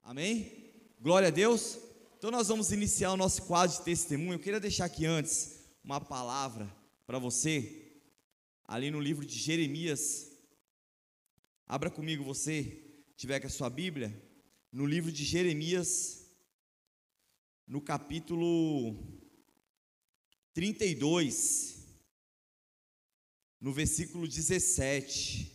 Amém? Glória a Deus. Então nós vamos iniciar o nosso quadro de testemunho. Eu queria deixar aqui antes uma palavra para você, ali no livro de Jeremias. Abra comigo, você tiver com a sua Bíblia, no livro de Jeremias, no capítulo 32, no versículo 17.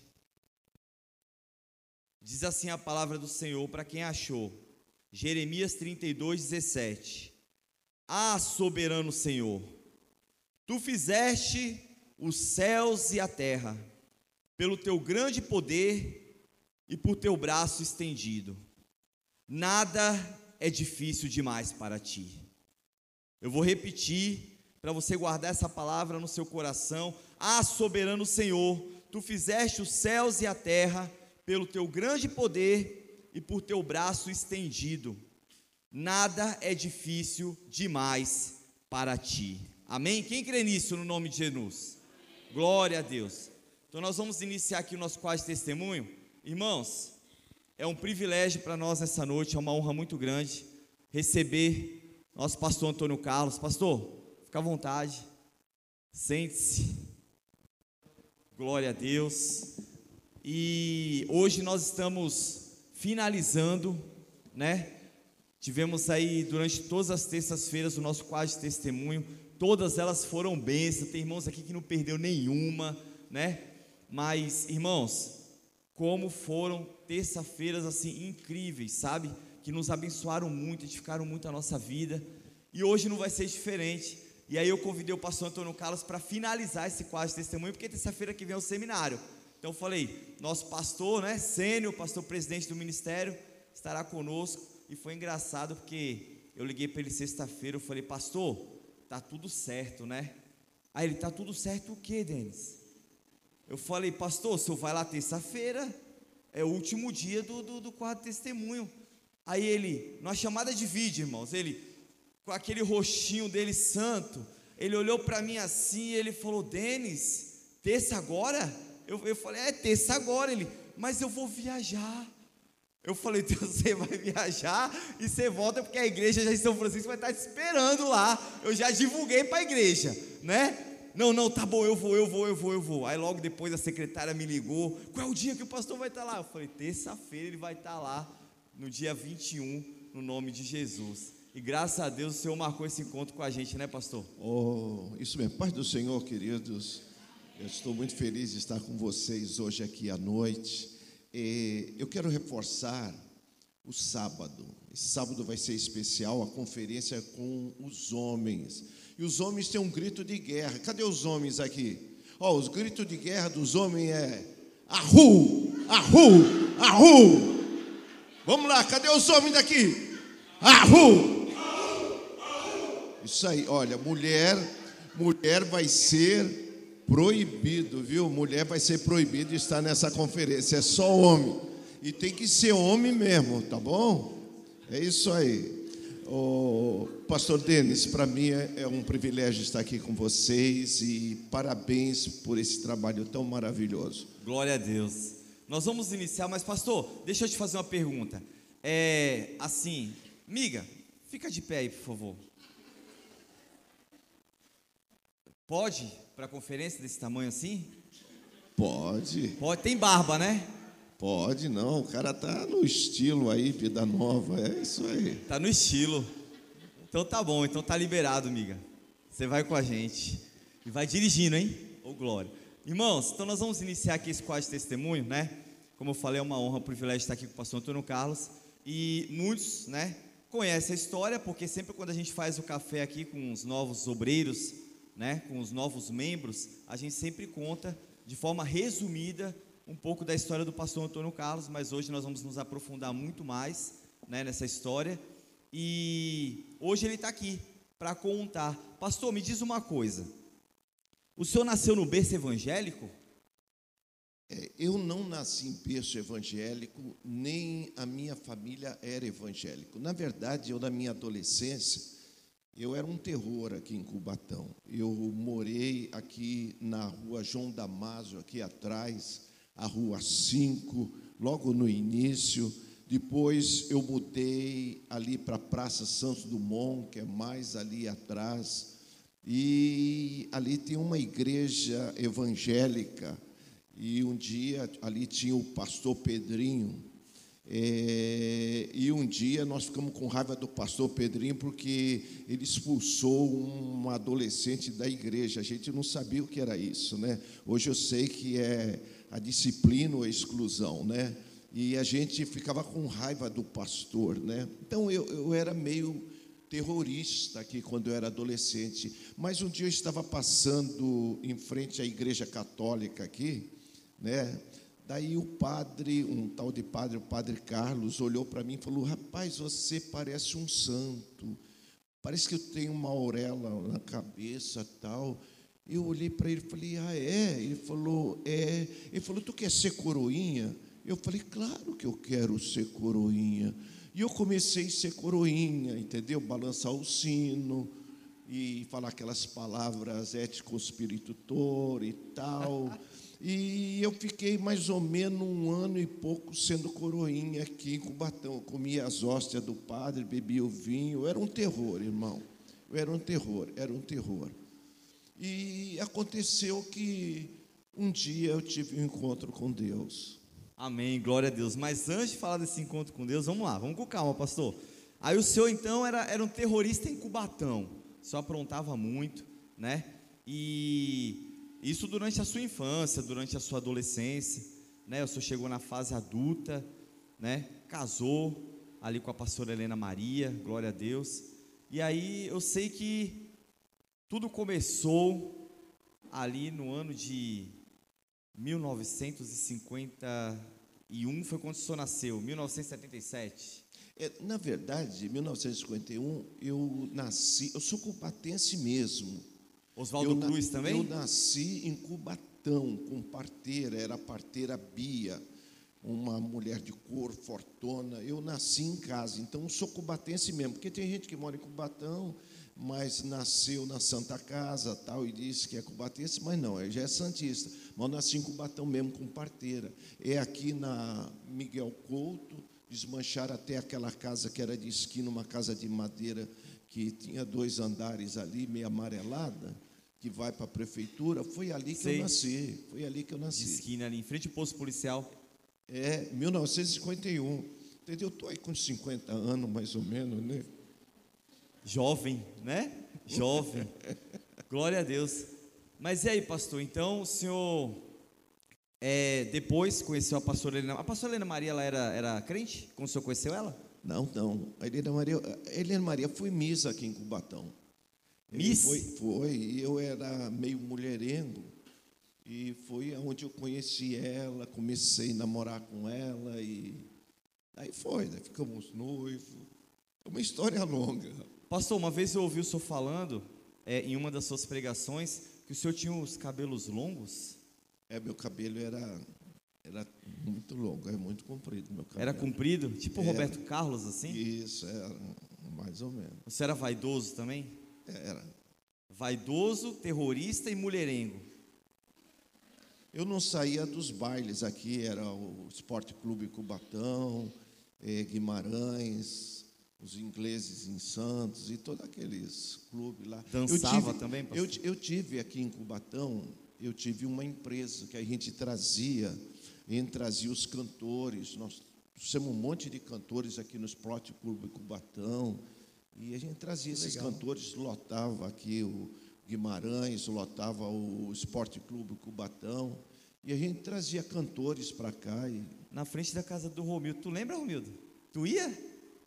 Diz assim a palavra do Senhor para quem achou. Jeremias 32, 17. Ah, soberano Senhor, tu fizeste os céus e a terra, pelo teu grande poder e por teu braço estendido. Nada é difícil demais para ti. Eu vou repetir para você guardar essa palavra no seu coração. Ah, soberano Senhor, tu fizeste os céus e a terra, pelo teu grande poder e por teu braço estendido. Nada é difícil demais para ti. Amém? Quem crê nisso no nome de Jesus? Amém. Glória a Deus. Então nós vamos iniciar aqui o nosso quadro de testemunho. Irmãos, é um privilégio para nós nessa noite, é uma honra muito grande receber nosso pastor Antônio Carlos. Pastor, fica à vontade, sente-se. Glória a Deus. E hoje nós estamos finalizando, né? Tivemos aí durante todas as terças-feiras o nosso quadro de testemunho. Todas elas foram bênçãos. Tem irmãos aqui que não perdeu nenhuma, né? Mas, irmãos, como foram terça-feiras assim incríveis, sabe? Que nos abençoaram muito, edificaram muito a nossa vida. E hoje não vai ser diferente. E aí eu convidei o pastor Antônio Carlos para finalizar esse quadro de testemunho, porque terça-feira que vem é o seminário. Então eu falei, nosso pastor, né, sênior, pastor presidente do ministério, estará conosco. E foi engraçado porque eu liguei para ele sexta-feira, eu falei, pastor, tá tudo certo, né? Aí ele, tá tudo certo o quê, Denis? Eu falei, pastor, o senhor vai lá terça-feira, é o último dia do quadro de testemunho. Aí ele, numa chamada de vídeo, irmãos, ele, com aquele rostinho dele santo, ele olhou para mim assim, e ele falou, Denis, terça agora? Eu falei, terça agora. Ele, mas eu vou viajar. Eu falei, Deus, você vai viajar e você volta porque a igreja já em São Francisco vai estar te esperando lá. Eu já divulguei para a igreja, né? Não, tá bom, eu vou. Aí logo depois a secretária me ligou, qual é o dia que o pastor vai estar lá? Eu falei, terça-feira ele vai estar lá, no dia 21, no nome de Jesus. E graças a Deus o Senhor marcou esse encontro com a gente, né, pastor? Oh, isso mesmo, paz do Senhor, queridos. Eu estou muito feliz de estar com vocês hoje aqui à noite. Eu quero reforçar o sábado. Esse sábado vai ser especial, a conferência com os homens. E os homens têm um grito de guerra. Cadê os homens aqui? Os gritos de guerra dos homens é Arru, Arru, Arru. Vamos lá, cadê os homens daqui? Arru. Isso aí, olha, mulher vai ser proibido, viu? Mulher vai ser proibido de estar nessa conferência, é só homem. E tem que ser homem mesmo, tá bom? É isso aí. Pastor Denis, para mim é um privilégio estar aqui com vocês e parabéns por esse trabalho tão maravilhoso. Glória a Deus. Nós vamos iniciar, mas pastor, deixa eu te fazer uma pergunta. Assim, miga, fica de pé aí, por favor. Pode para conferência desse tamanho assim? Pode. Pode, tem barba, né? Pode, não, o cara tá no estilo aí, vida nova, é isso aí. Tá no estilo. Então tá bom, então tá liberado, miga. Você vai com a gente. E vai dirigindo, hein? Ô, glória. Irmãos, então nós vamos iniciar aqui esse quadro de testemunho, né? Como eu falei, é uma honra, um privilégio estar aqui com o pastor Antônio Carlos. E muitos, né, conhecem a história, porque sempre quando a gente faz o café aqui com os novos obreiros, né, com os novos membros, a gente sempre conta de forma resumida um pouco da história do pastor Antônio Carlos, mas hoje nós vamos nos aprofundar muito mais, né, nessa história. E hoje ele está aqui para contar. Pastor, me diz uma coisa, o senhor nasceu no berço evangélico? Eu não nasci em berço evangélico, nem a minha família era evangélico. Na verdade, eu na minha adolescência, eu era um terror aqui em Cubatão. Eu morei aqui na rua João Damásio, aqui atrás, a rua 5, logo no início. Depois eu mudei ali para a Praça Santos Dumont, que é mais ali atrás, e ali tem uma igreja evangélica, e um dia ali tinha o pastor Pedrinho, e um dia nós ficamos com raiva do pastor Pedrinho, porque ele expulsou uma adolescente da igreja. A gente não sabia o que era isso, né? Hoje eu sei que é a disciplina ou a exclusão, né? E a gente ficava com raiva do pastor, né? Então eu era meio terrorista aqui quando eu era adolescente. Mas um dia eu estava passando em frente à igreja católica aqui, né? Daí o padre, um tal de padre, o padre Carlos, olhou para mim e falou: rapaz, você parece um santo, parece que eu tenho uma auréola na cabeça, tal. Eu olhei para ele e falei: ah, é? Ele falou: é. Ele falou: tu quer ser coroinha? Eu falei: claro que eu quero ser coroinha. E eu comecei a ser coroinha, entendeu? Balançar o sino e falar aquelas palavras et conspiritor e tal. E eu fiquei mais ou menos 1 ano e pouco sendo coroinha aqui em Cubatão. Eu comia as hóstias do padre, bebia o vinho. Era um terror, irmão. Era um terror. E aconteceu que um dia eu tive um encontro com Deus. Amém, glória a Deus. Mas antes de falar desse encontro com Deus, vamos lá, vamos com calma, pastor. Aí o senhor, então, era um terrorista em Cubatão. O senhor aprontava muito, né? E isso durante a sua infância, durante a sua adolescência, né? O senhor chegou na fase adulta, né? Casou ali com a pastora Helena Maria, glória a Deus. E aí eu sei que tudo começou ali no ano de 1951, foi quando o senhor nasceu, 1977. Na verdade, em 1951, eu nasci, eu sou cubatense mesmo. Oswaldo Cruz também? Eu nasci em Cubatão, com parteira, era a parteira Bia, uma mulher de cor, fortona. Eu nasci em casa, então eu sou cubatense mesmo, porque tem gente que mora em Cubatão, mas nasceu na Santa Casa, tal, e diz que é cubatense, mas não, já é santista. Mas eu nasci em Cubatão mesmo, com parteira. É aqui na Miguel Couto, desmancharam até aquela casa que era de esquina, uma casa de madeira, que tinha 2 andares ali, meio amarelada, que vai para a prefeitura. Foi ali que eu nasci. Foi ali que eu nasci. De esquina ali, em frente ao posto policial. 1951. Entendeu? Eu estou aí com 50 anos, mais ou menos, né? Jovem, né? Jovem. Glória a Deus. Mas e aí, pastor? Então, o senhor depois conheceu a pastora Helena. A pastora Helena Maria, ela era crente? Quando o senhor conheceu ela? Não. A Helena Maria foi Miss aqui em Cubatão. Miss? Foi. E eu era meio mulherengo. E foi onde eu conheci ela, comecei a namorar com ela. E aí ficamos noivos. É uma história longa. Pastor, uma vez eu ouvi o senhor falando, em uma das suas pregações, que o senhor tinha os cabelos longos. Meu cabelo era muito longo, muito comprido. Meu cabelo. Era comprido? Tipo Roberto Carlos, assim? Isso, era mais ou menos. Você era vaidoso também? Era. Vaidoso, terrorista e mulherengo. Eu não saía dos bailes aqui, era o Esporte Clube Cubatão, Guimarães, os ingleses em Santos e todos aqueles clubes lá. Dançava também, pastor? Eu tive aqui em Cubatão, eu tive uma empresa que a gente trazia os cantores. Nós trouxemos um monte de cantores aqui no Esporte Clube Cubatão, e a gente trazia esses cantores, lotava aqui o Guimarães, lotava o Esporte Clube Cubatão, e a gente trazia cantores para cá. Na frente da casa do Romildo. Tu lembra, Romildo? Tu ia?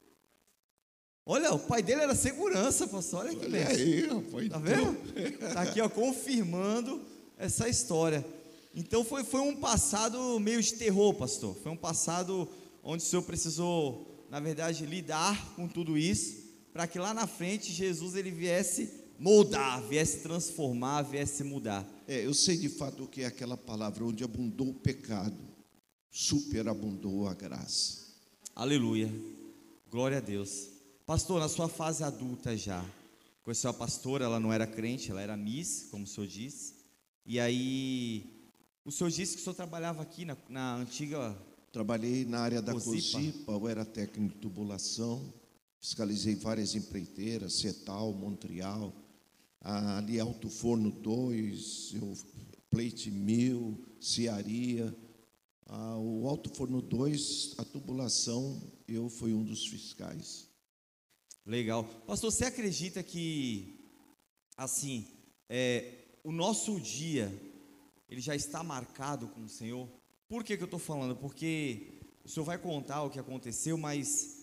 Olha, o pai dele era segurança, pastor. Olha que beleza. Aí, rapaz. Tá vendo? Tá aqui, ó, confirmando essa história. Então foi um passado meio de terror, pastor. Foi um passado onde o senhor precisou, na verdade, lidar com tudo isso, para que lá na frente Jesus ele viesse moldar, viesse transformar, viesse mudar. Eu sei de fato o que é aquela palavra, onde abundou o pecado, superabundou a graça. Aleluia. Glória a Deus. Pastor, na sua fase adulta já, conheceu a pastora, ela não era crente, ela era miss, como o senhor disse. E aí, o senhor disse que o senhor trabalhava aqui na antiga Trabalhei na área da Cozipa. Cozipa, eu era técnico de tubulação, fiscalizei várias empreiteiras, Cetal, Montreal, ali Alto Forno 2, Plate 1000, Cearia. O Alto Forno 2, a tubulação, eu fui um dos fiscais. Legal. Pastor, você acredita que, assim, o nosso dia, ele já está marcado com o Senhor? Por que eu estou falando? Porque o Senhor vai contar o que aconteceu, mas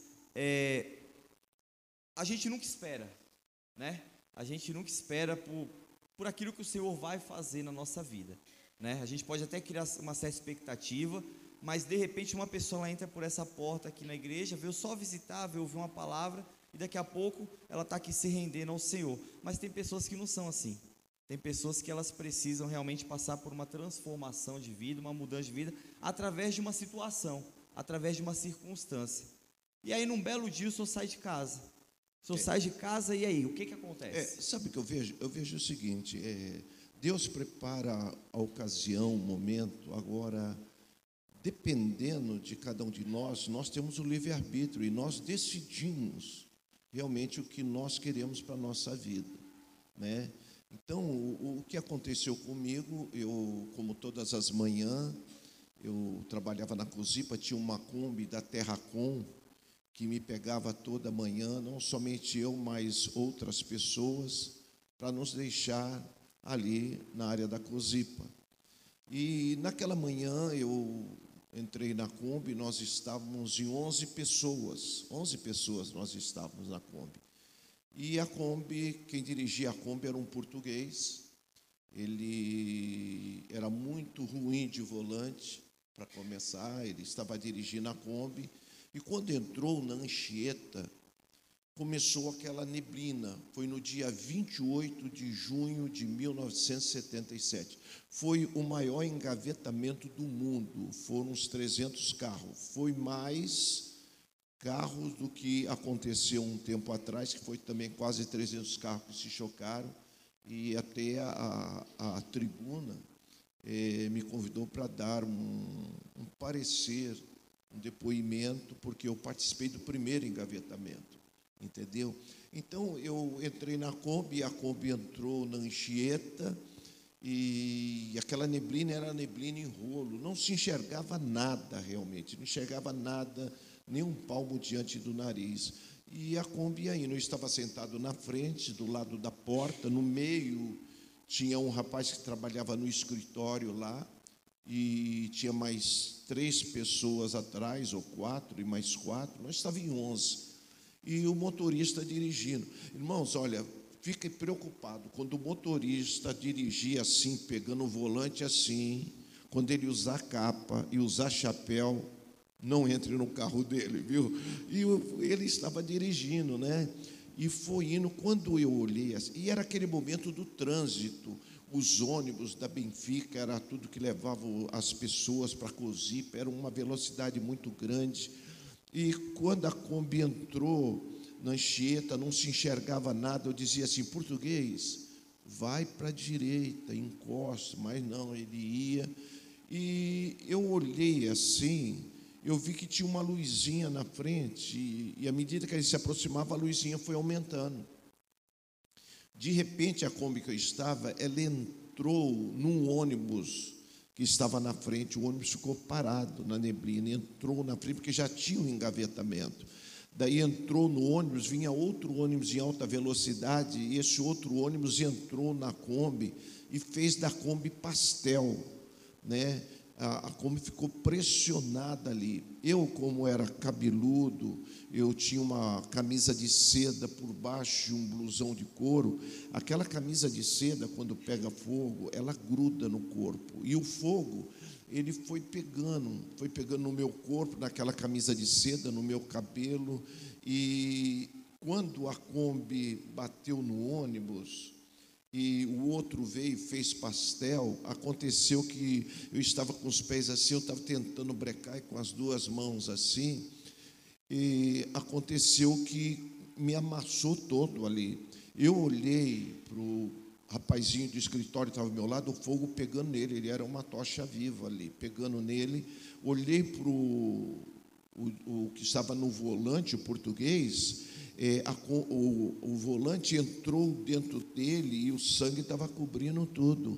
a gente nunca espera, né? A gente nunca espera por aquilo que o Senhor vai fazer na nossa vida, né? A gente pode até criar uma certa expectativa, mas de repente uma pessoa ela entra por essa porta aqui na igreja, veio só visitar, veio ouvir uma palavra, e daqui a pouco ela está aqui se rendendo ao Senhor. Mas tem pessoas que não são assim. Tem pessoas que elas precisam realmente passar por uma transformação de vida, uma mudança de vida, através de uma situação, através de uma circunstância. E aí, num belo dia, o senhor sai de casa. O senhor sai de casa e aí, o que acontece? Sabe o que eu vejo? Eu vejo o seguinte, Deus prepara a ocasião, o momento. Agora, dependendo de cada um de nós, nós temos o livre-arbítrio e nós decidimos realmente o que nós queremos para a nossa vida, né? Então, o que aconteceu comigo, eu, como todas as manhãs, eu trabalhava na Cozipa, tinha uma Kombi da Terracom, que me pegava toda manhã, não somente eu, mas outras pessoas, para nos deixar ali na área da Cozipa. E naquela manhã eu entrei na Kombi, nós estávamos em 11 pessoas nós estávamos na Kombi. E a Kombi, quem dirigia a Kombi era um português, ele era muito ruim de volante, para começar, ele estava dirigindo a Kombi, e quando entrou na Anchieta, começou aquela neblina, foi no dia 28 de junho de 1977, foi o maior engavetamento do mundo, foram uns 300 carros, foi mais carros do que aconteceu um tempo atrás, que foi também quase 300 carros que se chocaram, e até a tribuna me convidou para dar um parecer, um depoimento, porque eu participei do primeiro engavetamento, entendeu? Então, eu entrei na Kombi, a Kombi entrou na Anchieta, e aquela neblina era neblina em rolo, não se enxergava nada realmente, não enxergava nada, nem um palmo diante do nariz. E a Kombi aí, eu estava sentado na frente, do lado da porta, no meio tinha um rapaz que trabalhava no escritório lá, e tinha mais 3 pessoas atrás, ou 4, e mais 4, nós estávamos em 11, e o motorista dirigindo. Irmãos, olha, fiquem preocupados, quando o motorista dirigir assim, pegando o volante assim, quando ele usar capa e usar chapéu, não entre no carro dele, viu? E ele estava dirigindo, né? E foi indo, quando eu olhei, e era aquele momento do trânsito, os ônibus da Benfica, era tudo que levava as pessoas para Cozipa, era uma velocidade muito grande, e quando a Kombi entrou na Anchieta, não se enxergava nada, eu dizia assim, português, vai para a direita, encosta, mas não, ele ia, e eu olhei assim, eu vi que tinha uma luzinha na frente, e à medida que ele se aproximava, a luzinha foi aumentando. De repente, a Kombi que eu estava, ela entrou num ônibus que estava na frente, o ônibus ficou parado na neblina, entrou na frente, porque já tinha um engavetamento. Daí entrou no ônibus, vinha outro ônibus em alta velocidade, e esse outro ônibus entrou na Kombi e fez da Kombi pastel, né? A Kombi ficou pressionada ali. Eu, como era cabeludo, eu tinha uma camisa de seda por baixo e um blusão de couro. Aquela camisa de seda, quando pega fogo, ela gruda no corpo. E o fogo, ele foi pegando no meu corpo, naquela camisa de seda, no meu cabelo. E quando a Kombi bateu no ônibus, e o outro veio e fez pastel, aconteceu que eu estava com os pés assim, eu estava tentando brecar com as 2 mãos assim, e aconteceu que me amassou todo ali. Eu olhei para o rapazinho do escritório estava ao meu lado, o fogo pegando nele, ele era uma tocha viva ali, pegando nele. Olhei para o que estava no volante, o português, o volante entrou dentro dele e o sangue estava cobrindo tudo.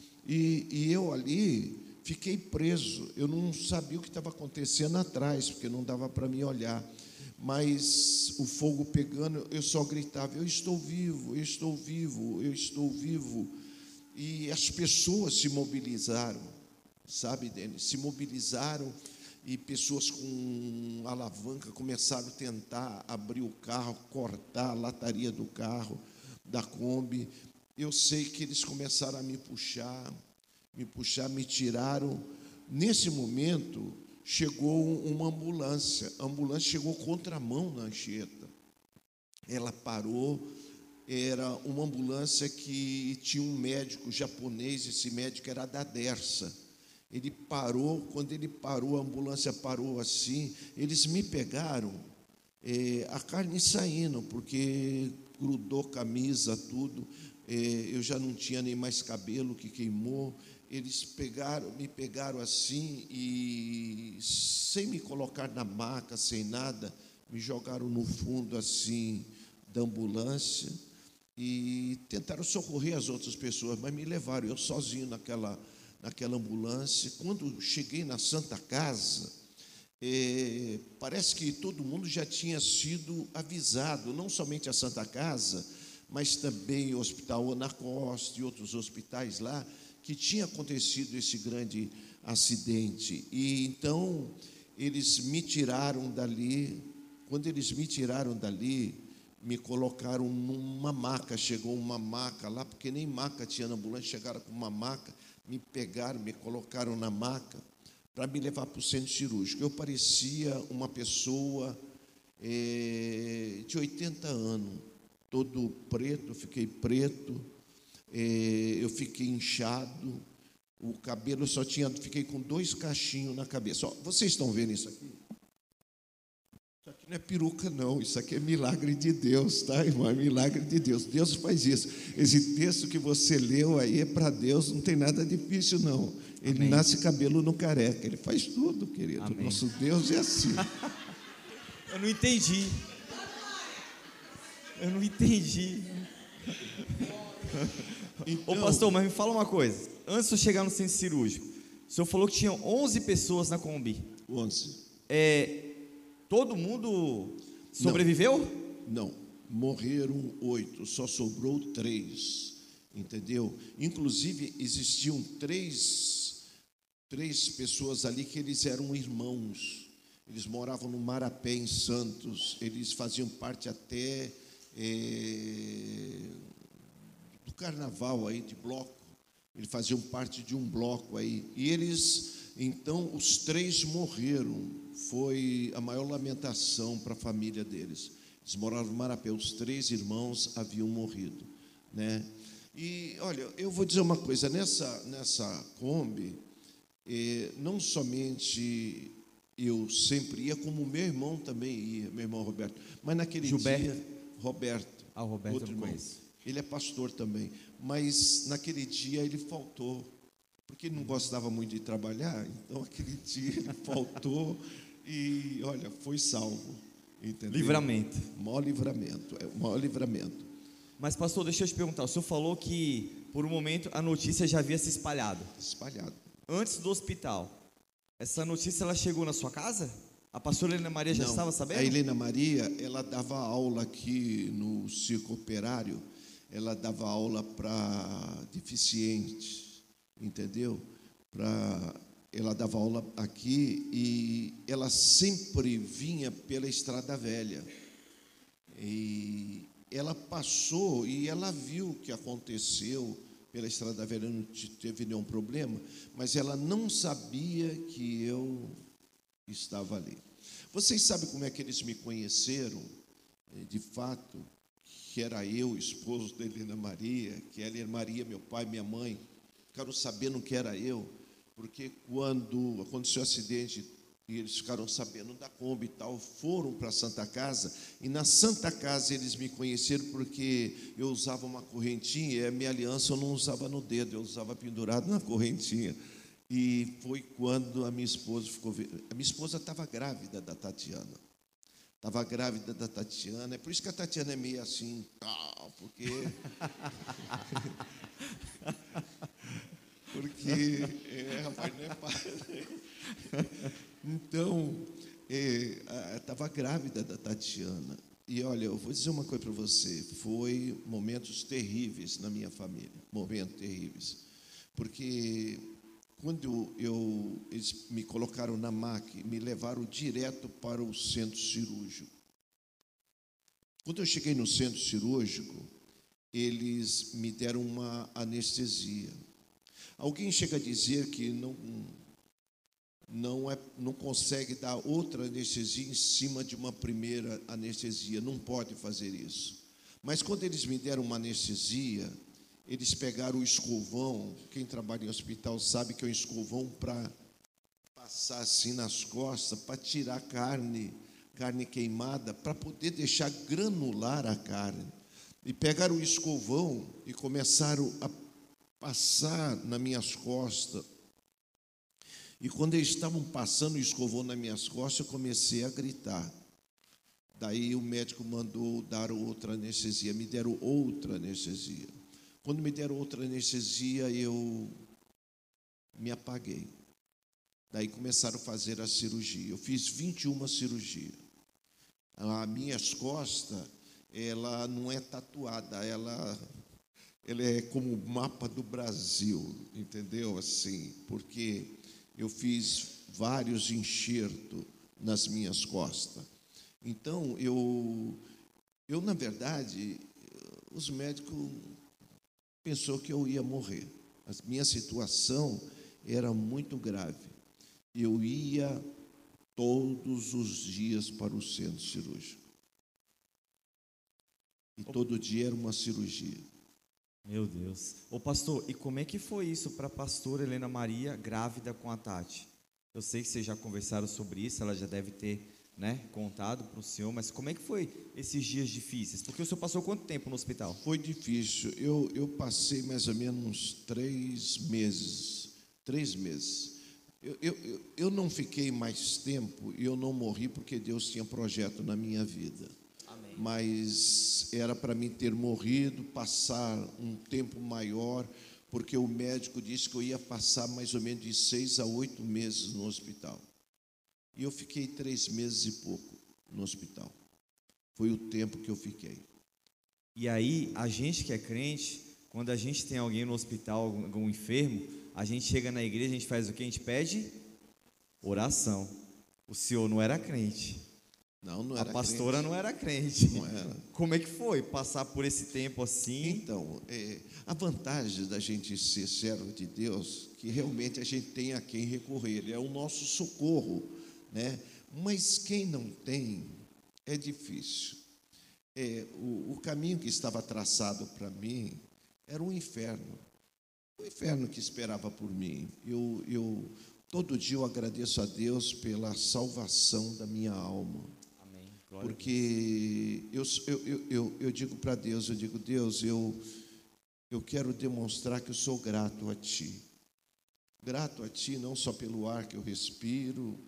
E eu ali fiquei preso, eu não sabia o que estava acontecendo atrás, porque não dava para mim olhar. Mas o fogo pegando, eu só gritava: eu estou vivo, eu estou vivo, eu estou vivo. E as pessoas se mobilizaram, sabe, Denis? Se mobilizaram, e pessoas com alavanca começaram a tentar abrir o carro, cortar a lataria do carro, da Kombi. Eu sei que eles começaram a me puxar, me tiraram. Nesse momento, chegou uma ambulância. A ambulância chegou contramão na Anchieta. Ela parou, era uma ambulância que tinha um médico japonês, esse médico era da Dersa. Ele parou, quando ele parou, a ambulância parou assim, eles me pegaram, a carne saindo, porque grudou camisa, tudo, eu já não tinha nem mais cabelo, que queimou. Eles me pegaram assim e, sem me colocar na maca, sem nada, me jogaram no fundo assim da ambulância e tentaram socorrer as outras pessoas, mas me levaram, eu sozinho naquela ambulância. Quando cheguei na Santa Casa, parece que todo mundo já tinha sido avisado, não somente a Santa Casa, mas também o Hospital Ana Costa e outros hospitais lá, que tinha acontecido esse grande acidente. E então eles me tiraram dali. Quando eles me tiraram dali, me colocaram numa maca. Chegou uma maca lá, porque nem maca tinha na ambulância, chegaram com uma maca, me pegaram, me colocaram na maca para me levar para o centro cirúrgico. Eu parecia uma pessoa de 80 anos, todo preto, fiquei preto. Eu fiquei inchado, o cabelo fiquei com 2 cachinhos na cabeça. Ó, vocês estão vendo isso aqui? Isso aqui não é peruca, não, isso aqui é milagre de Deus, tá, irmão? É milagre de Deus, Deus faz isso. Esse texto que você leu aí é para Deus, não tem nada difícil, não. Ele Amém. nasce cabelo no careca, ele faz tudo, querido. Amém. Nosso Deus é assim. Eu não entendi. Então, Ô pastor, mas me fala uma coisa. Antes de eu chegar no centro cirúrgico, o senhor falou que tinha 11 pessoas na Kombi. 11. Todo mundo sobreviveu? Não, morreram 8, só sobrou 3, entendeu? Inclusive, existiam três pessoas ali que eles eram irmãos. Eles moravam no Marapé, em Santos. Eles faziam parte até do carnaval aí, de bloco. Eles faziam parte de um bloco aí. E eles, então, os 3 morreram. Foi a maior lamentação para a família deles. Eles moravam no Marapé, os 3 irmãos haviam morrido, né? E, olha, eu vou dizer uma coisa, nessa Kombi, não somente eu sempre ia, como meu irmão também ia, meu irmão Roberto, mas naquele dia, Roberto, o Roberto outro irmão, ele é pastor também, mas naquele dia ele faltou, porque ele não gostava muito de trabalhar, então aquele dia ele faltou e, olha, foi salvo, entendeu? Livramento. Maior livramento, o maior livramento. Mas pastor, deixa eu te perguntar, o senhor falou que por um momento a notícia já havia se espalhado. Antes do hospital, essa notícia ela chegou na sua casa? A pastora Helena Maria já estava sabendo? A Helena Maria, ela dava aula aqui no Circo Operário, ela dava aula para deficientes, entendeu? Ela dava aula aqui e ela sempre vinha pela Estrada Velha. E ela passou e ela viu o que aconteceu pela Estrada Velha, não teve nenhum problema, mas ela não sabia que eu estava ali. Vocês sabem como é que eles me conheceram? De fato, que era eu, esposo da Helena Maria, que ela era Maria, meu pai, minha mãe, ficaram sabendo que era eu, porque quando aconteceu o acidente, E eles ficaram sabendo da Kombi e tal, foram para a Santa Casa, e na Santa Casa eles me conheceram porque eu usava uma correntinha, e a minha aliança eu não usava no dedo, eu usava pendurado na correntinha. E foi quando a minha esposa ficou... A minha esposa estava grávida da Tatiana. Estava grávida da Tatiana, é por isso que a Tatiana é meio assim, tal, porque... porque, rapaz, não é fácil. Então, estava grávida da Tatiana. E olha, eu vou dizer uma coisa para você, foi momentos terríveis na minha família, momentos terríveis. Porque quando eles me colocaram na maca, me levaram direto para o centro cirúrgico. Quando eu cheguei no centro cirúrgico, eles me deram uma anestesia. Alguém chega a dizer que não consegue dar outra anestesia em cima de uma primeira anestesia, não pode fazer isso. Mas quando eles me deram uma anestesia, eles pegaram o escovão, quem trabalha em hospital sabe que é um escovão para passar assim nas costas, para tirar carne queimada, para poder deixar granular a carne. E pegaram o escovão e começaram a passar nas minhas costas. E quando eles estavam passando o escovão nas minhas costas, eu comecei a gritar. Daí o médico mandou dar outra anestesia, me deram outra anestesia. Quando me deram outra anestesia, eu me apaguei. Daí começaram a fazer a cirurgia. Eu fiz 21 cirurgias. As minhas costas, ela não é tatuada, ela é como o mapa do Brasil, entendeu? Assim, porque eu fiz vários enxertos nas minhas costas. Então, eu na verdade, os médicos pensou que eu ia morrer. A minha situação era muito grave. Eu ia todos os dias para o centro cirúrgico. E todo dia era uma cirurgia. Meu Deus. Ô pastor, e como é que foi isso para a pastora Helena Maria grávida com a Tati? Eu sei que vocês já conversaram sobre isso, ela já deve ter, contado para o senhor, mas como é que foi esses dias difíceis? Porque o senhor passou quanto tempo no hospital? Foi difícil. Eu passei mais ou menos uns 3 meses. 3 meses. Eu não fiquei mais tempo e eu não morri porque Deus tinha projeto na minha vida. Amém. Mas era para mim ter morrido, passar um tempo maior, porque o médico disse que eu ia passar mais ou menos de 6 a 8 meses no hospital. E eu fiquei 3 meses e pouco no hospital. Foi o tempo que eu fiquei. E aí, a gente que é crente, quando a gente tem alguém no hospital, algum enfermo, a gente chega na igreja, a gente faz o quê? A gente pede oração. O senhor não era crente. Não era. A pastora crente. não era crente. Não era. Como é que foi passar por esse tempo assim? Então, a vantagem da gente ser servo de Deus, que realmente a gente tem a quem recorrer, ele é o nosso socorro, né? Mas quem não tem, é difícil. O caminho que estava traçado para mim era um inferno que esperava por mim. Todo dia eu agradeço a Deus pela salvação da minha alma. Amém. Glória Porque eu digo para Deus, Deus, eu quero demonstrar que eu sou grato a Ti. Grato a Ti não só pelo ar que eu respiro,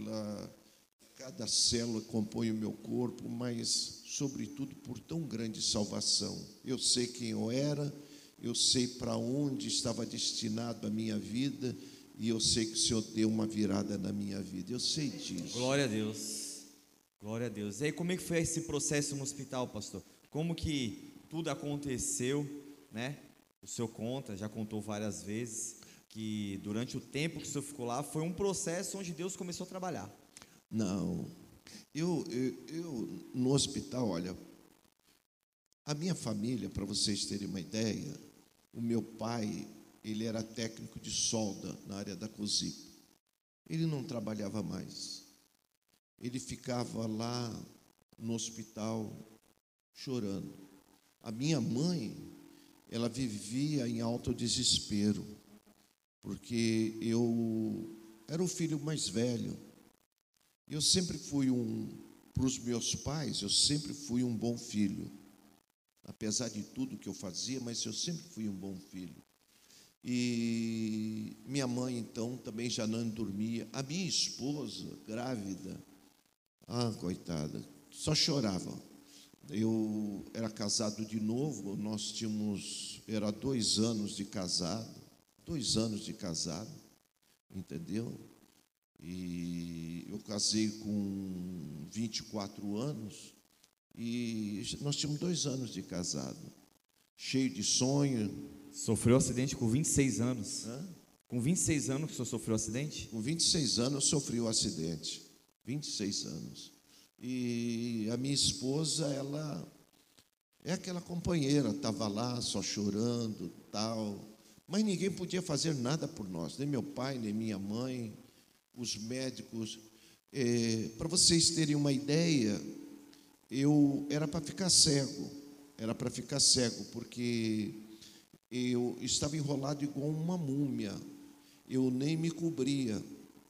cada célula que compõe o meu corpo, mas, sobretudo, por tão grande salvação. Eu sei quem eu era, eu sei para onde estava destinado a minha vida, e eu sei que o Senhor deu uma virada na minha vida. Eu sei disso. Glória a Deus. Glória a Deus. E aí, como é que foi esse processo no hospital, pastor? Como que tudo aconteceu, né? O senhor já contou várias vezes, que durante o tempo que o senhor ficou lá, foi um processo onde Deus começou a trabalhar. Não. Eu no hospital, olha, a minha família, para vocês terem uma ideia, o meu pai, ele era técnico de solda na área da COSIP. Ele não trabalhava mais. Ele ficava lá no hospital chorando. A minha mãe, ela vivia em alto desespero, porque eu era o filho mais velho. Eu sempre fui para os meus pais, eu sempre fui um bom filho. Apesar de tudo que eu fazia, mas eu sempre fui um bom filho. E minha mãe, então, também já não dormia. A minha esposa, grávida, coitada, só chorava. Eu era casado de novo, nós tínhamos, era 2 anos de casado, entendeu? E eu casei com 24 anos e nós tínhamos 2 anos de casado, cheio de sonho. Sofreu acidente com 26 anos. Hã? Com 26 anos que o senhor sofreu acidente? Com 26 anos eu sofri o acidente, 26 anos. E a minha esposa, ela é aquela companheira, estava lá só chorando, tal, mas ninguém podia fazer nada por nós, nem meu pai, nem minha mãe, os médicos. Para vocês terem uma ideia, eu era para ficar cego, porque eu estava enrolado igual uma múmia, eu nem me cobria.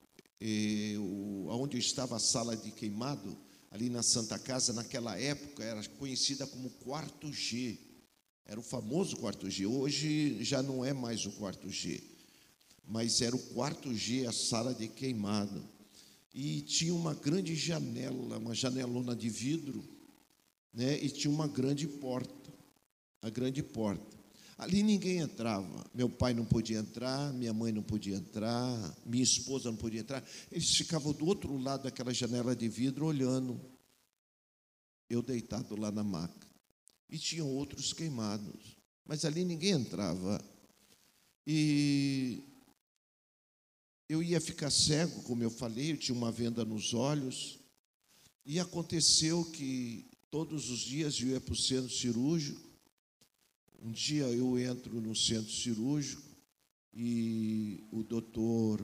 Onde eu estava, a sala de queimado, ali na Santa Casa, naquela época, era conhecida como quarto G, era o famoso quarto G, hoje já não é mais o quarto G, mas era o quarto G, a sala de queimado, e tinha uma grande janela, uma janelona de vidro, né, e tinha uma grande porta, ali ninguém entrava, meu pai não podia entrar, minha mãe não podia entrar, minha esposa não podia entrar, eles ficavam do outro lado daquela janela de vidro olhando, eu deitado lá na maca, e tinham outros queimados, mas ali ninguém entrava, e eu ia ficar cego, como eu falei, eu tinha uma venda nos olhos, e aconteceu que todos os dias eu ia para o centro cirúrgico. Um dia eu entro no centro cirúrgico e o doutor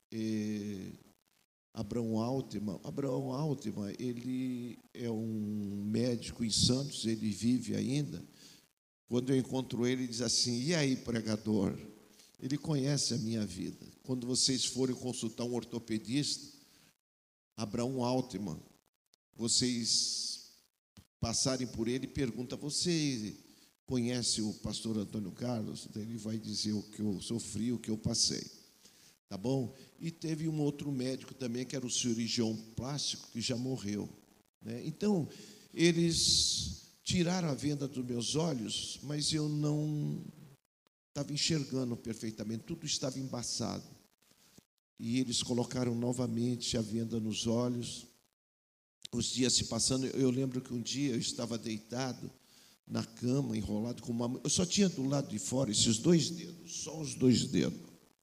Abraão Altman, ele é um médico em Santos, ele vive ainda. Quando eu encontro ele, ele diz assim: e aí, pregador? Ele conhece a minha vida. Quando vocês forem consultar um ortopedista, Abraão Altman, vocês passarem por ele e perguntam: você conhece o pastor Antônio Carlos? Ele vai dizer o que eu sofri, o que eu passei, tá bom? E teve um outro médico também, que era o cirurgião plástico, que já morreu, né? Então, eles tiraram a venda dos meus olhos, mas eu não estava enxergando perfeitamente, tudo estava embaçado. E eles colocaram novamente a venda nos olhos. Os dias se passando, eu lembro que um dia eu estava deitado na cama, enrolado com uma... Eu só tinha do lado de fora esses 2 dedos, só os 2 dedos.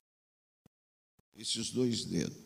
Esses 2 dedos.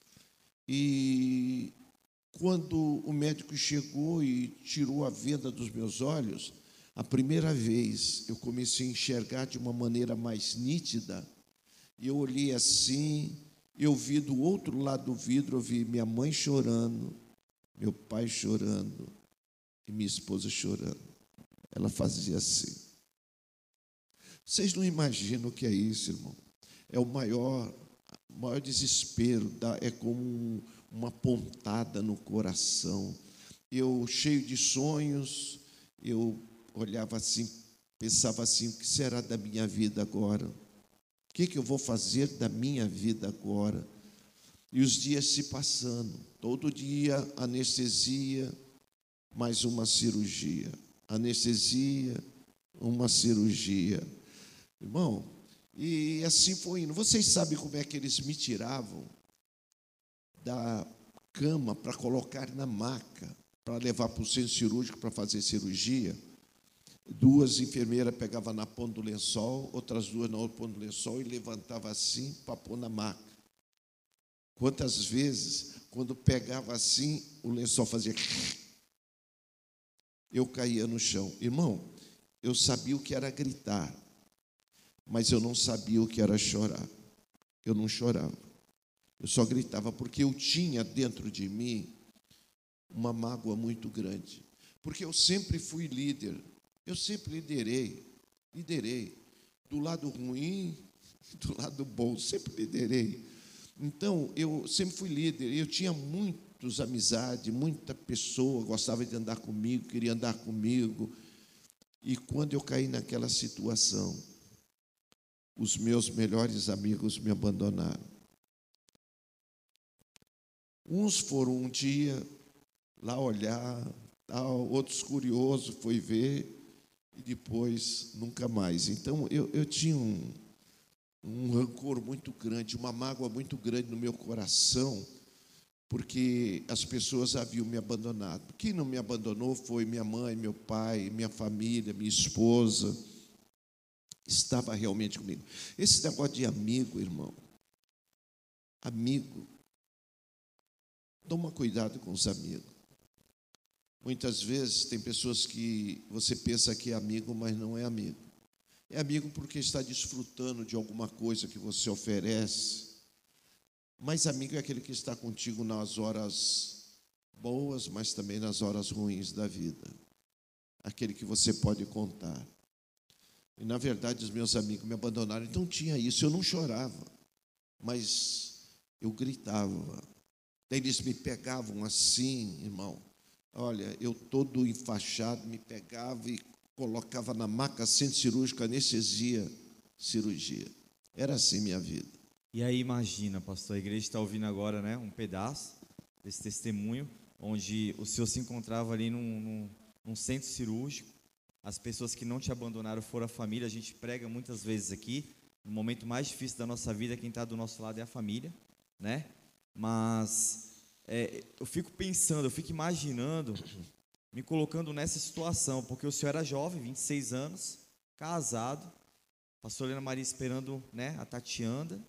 E quando o médico chegou e tirou a venda dos meus olhos, a primeira vez eu comecei a enxergar de uma maneira mais nítida, e eu olhei assim, eu vi do outro lado do vidro, eu vi minha mãe chorando, meu pai chorando e minha esposa chorando. Ela fazia assim. Vocês não imaginam o que é isso, irmão? É o maior desespero, é como uma pontada no coração. Eu, cheio de sonhos, eu olhava assim, pensava assim: o que será da minha vida agora? O que eu vou fazer da minha vida agora? E os dias se passando, todo dia anestesia, mais uma cirurgia. Anestesia, uma cirurgia. Irmão, e assim foi indo. Vocês sabem como é que eles me tiravam da cama para colocar na maca, para levar para o centro cirúrgico para fazer cirurgia? 2 enfermeiras pegavam na ponta do lençol, outras 2 na outra ponta do lençol e levantavam assim para pôr na maca. Quantas vezes, quando pegava assim, o lençol fazia... Eu caía no chão. Irmão, eu sabia o que era gritar, mas eu não sabia o que era chorar. Eu não chorava. Eu só gritava porque eu tinha dentro de mim uma mágoa muito grande. Porque eu sempre fui líder. Eu sempre liderei. Do lado ruim, do lado bom, sempre liderei. Então, eu sempre fui líder. Eu tinha muitas amizades, muita pessoa gostava de andar comigo, queria andar comigo. E quando eu caí naquela situação, os meus melhores amigos me abandonaram. Uns foram um dia lá olhar, tal, outros curiosos foi ver e depois nunca mais. Então eu tinha um rancor muito grande, uma mágoa muito grande no meu coração, porque as pessoas haviam me abandonado. Quem não me abandonou foi minha mãe, meu pai, minha família, minha esposa. Estava realmente comigo. Esse negócio de amigo, irmão, amigo, toma cuidado com os amigos. Muitas vezes tem pessoas que você pensa que é amigo, mas não é amigo. É amigo porque está desfrutando de alguma coisa que você oferece. Mas amigo é aquele que está contigo nas horas boas, mas também nas horas ruins da vida. Aquele que você pode contar. E, na verdade, os meus amigos me abandonaram. Então, tinha isso. Eu não chorava, mas eu gritava. Daí eles me pegavam assim, irmão. Olha, eu todo enfaixado, me pegava e colocava na maca centro cirúrgico, anestesia, cirurgia. Era assim minha vida. E aí imagina, pastor, a igreja está ouvindo agora, né, um pedaço desse testemunho, onde o senhor se encontrava ali num centro cirúrgico. As pessoas que não te abandonaram foram a família. A gente prega muitas vezes aqui, no momento mais difícil da nossa vida, quem está do nosso lado é a família, né? Mas eu fico pensando, eu fico imaginando, me colocando nessa situação, porque o senhor era jovem, 26 anos, casado, pastor Helena Maria esperando, né, a Tatiana,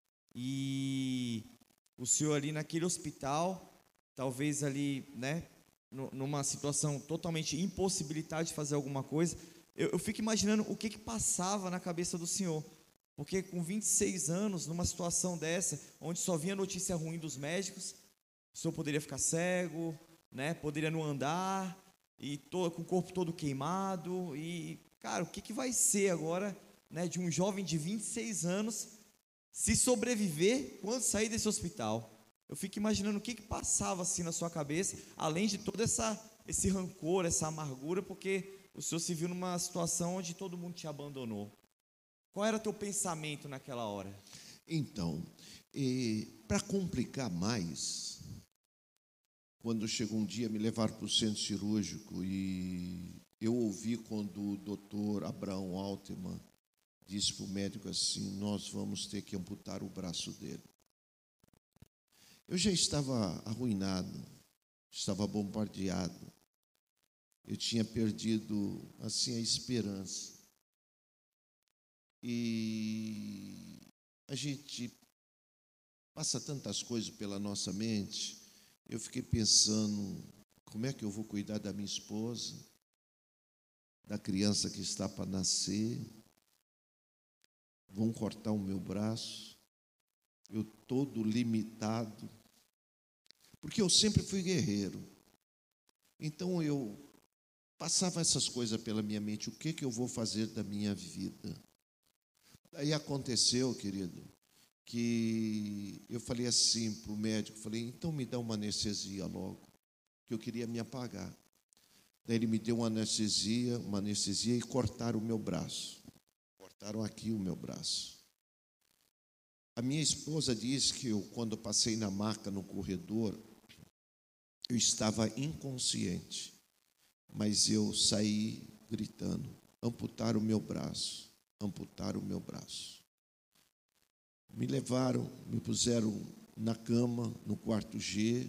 e o senhor ali naquele hospital, talvez ali, né, numa situação totalmente impossibilitada de fazer alguma coisa. Eu fico imaginando o que passava na cabeça do senhor, porque com 26 anos, numa situação dessa, onde só vinha notícia ruim dos médicos, o senhor poderia ficar cego, né, poderia não andar, e com o corpo todo queimado, e, cara, o que vai ser agora, né, de um jovem de 26 anos, se sobreviver quando sair desse hospital? Eu fico imaginando o que passava assim na sua cabeça, além de todo esse rancor, essa amargura, porque o senhor se viu numa situação onde todo mundo te abandonou. Qual era o teu pensamento naquela hora? Então, para complicar mais, quando chegou um dia, me levaram para o centro cirúrgico e eu ouvi quando o doutor Abraão Altman disse para o médico assim: nós vamos ter que amputar o braço dele. Eu já estava arruinado, estava bombardeado, eu tinha perdido assim a esperança. E a gente passa tantas coisas pela nossa mente. Eu fiquei pensando, como é que eu vou cuidar da minha esposa, da criança que está para nascer? Vão cortar o meu braço, eu todo limitado, porque eu sempre fui guerreiro. Então eu passava essas coisas pela minha mente, o que eu vou fazer da minha vida? Aí aconteceu, querido, que eu falei assim para o médico, falei, então me dá uma anestesia logo, que eu queria me apagar. Daí ele me deu uma anestesia e cortaram o meu braço. Cortaram aqui o meu braço. A minha esposa disse que quando passei na maca no corredor, eu estava inconsciente, mas eu saí gritando, amputaram o meu braço, amputaram o meu braço. Me levaram, me puseram na cama, no quarto G,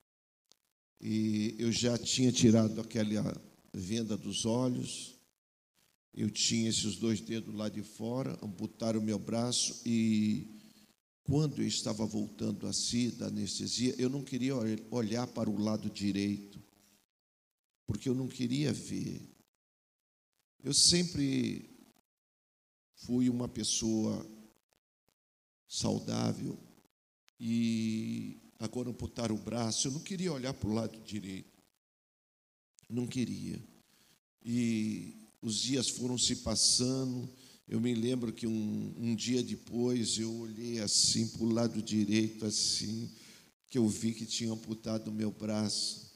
e eu já tinha tirado aquela venda dos olhos, eu tinha esses 2 dedos lá de fora, amputaram o meu braço, e quando eu estava voltando assim da anestesia, eu não queria olhar para o lado direito, porque eu não queria ver. Eu sempre fui uma pessoa saudável, e agora amputaram o braço, eu não queria olhar para o lado direito, não queria. E os dias foram se passando. Eu me lembro que um dia depois eu olhei assim para o lado direito, assim, que eu vi que tinha amputado o meu braço.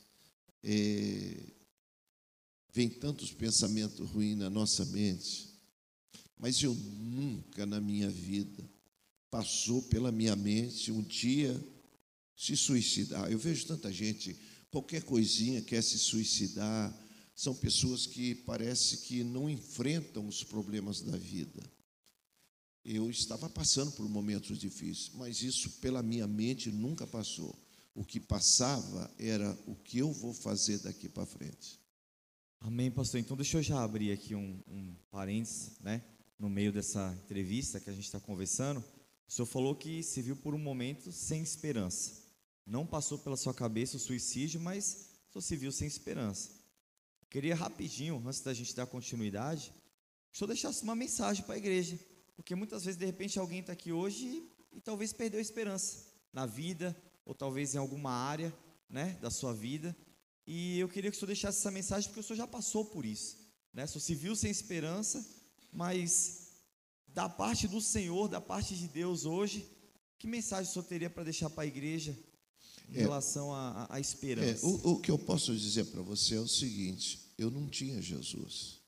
Vem tantos pensamentos ruins na nossa mente, mas eu nunca na minha vida passou pela minha mente um dia se suicidar. Eu vejo tanta gente, qualquer coisinha quer se suicidar. São pessoas que parece que não enfrentam os problemas da vida. Eu estava passando por momentos difíceis, mas isso pela minha mente nunca passou. O que passava era o que eu vou fazer daqui para frente. Amém, pastor. Então, deixa eu já abrir aqui um parênteses, né? No meio dessa entrevista que a gente está conversando. O senhor falou que se viu por um momento sem esperança. Não passou pela sua cabeça o suicídio, mas o senhor se viu sem esperança. Queria rapidinho, antes da gente dar continuidade, que o senhor deixasse uma mensagem para a igreja. Porque muitas vezes, de repente, alguém está aqui hoje e talvez perdeu a esperança na vida, ou talvez em alguma área, né, da sua vida. E eu queria que o senhor deixasse essa mensagem, porque o senhor já passou por isso, né? O senhor se viu sem esperança, mas da parte do Senhor, da parte de Deus hoje, que mensagem o senhor teria para deixar para a igreja em relação à esperança? O que eu posso dizer para você é o seguinte: eu não tinha Jesus.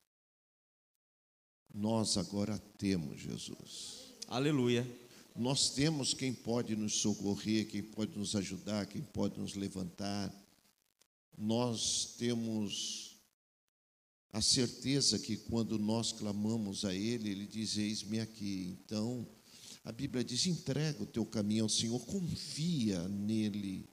Nós agora temos Jesus. Aleluia. Nós temos quem pode nos socorrer, quem pode nos ajudar, quem pode nos levantar. Nós temos a certeza que quando nós clamamos a Ele, Ele diz: eis-me aqui. Então, a Bíblia diz: entrega o teu caminho ao Senhor, confia nele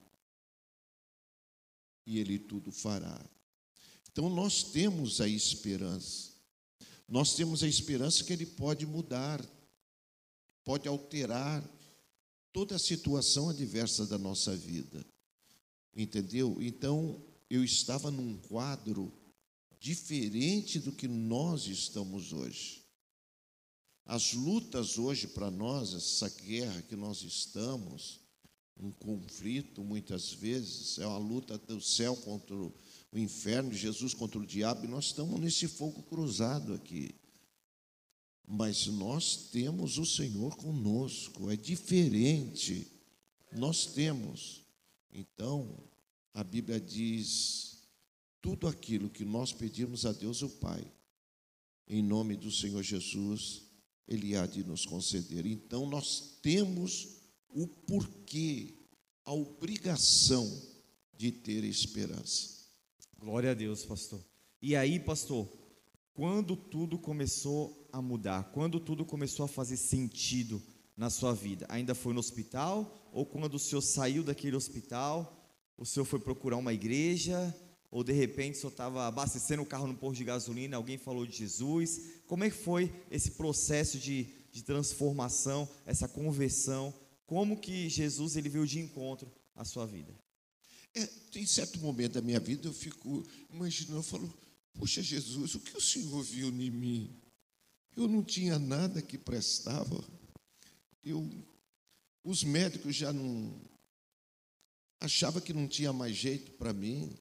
e Ele tudo fará. Então, nós temos a esperança. Nós temos a esperança que Ele pode mudar, pode alterar toda a situação adversa da nossa vida. Entendeu? Então, eu estava num quadro diferente do que nós estamos hoje. As lutas hoje para nós, essa guerra que nós estamos, um conflito muitas vezes, é uma luta do céu contra o inferno, Jesus contra o diabo, e nós estamos nesse fogo cruzado aqui. Mas nós temos o Senhor conosco, é diferente, nós temos. Então, a Bíblia diz: tudo aquilo que nós pedimos a Deus o Pai, em nome do Senhor Jesus, Ele há de nos conceder. Então, nós temos o porquê, a obrigação de ter esperança. Glória a Deus, pastor. E aí, pastor, quando tudo começou a mudar, quando tudo começou a fazer sentido na sua vida? Ainda foi no hospital? Ou quando o senhor saiu daquele hospital, o senhor foi procurar uma igreja? Ou de repente o senhor estava abastecendo o carro no posto de gasolina, alguém falou de Jesus? Como é que foi esse processo de transformação, essa conversão? Como que Jesus ele veio de encontro à sua vida? Tem certo momento da minha vida eu fico imaginando, eu falo: poxa, Jesus, o que o Senhor viu em mim? Eu não tinha nada que prestava. Os médicos já não achavam que não tinha mais jeito para mim.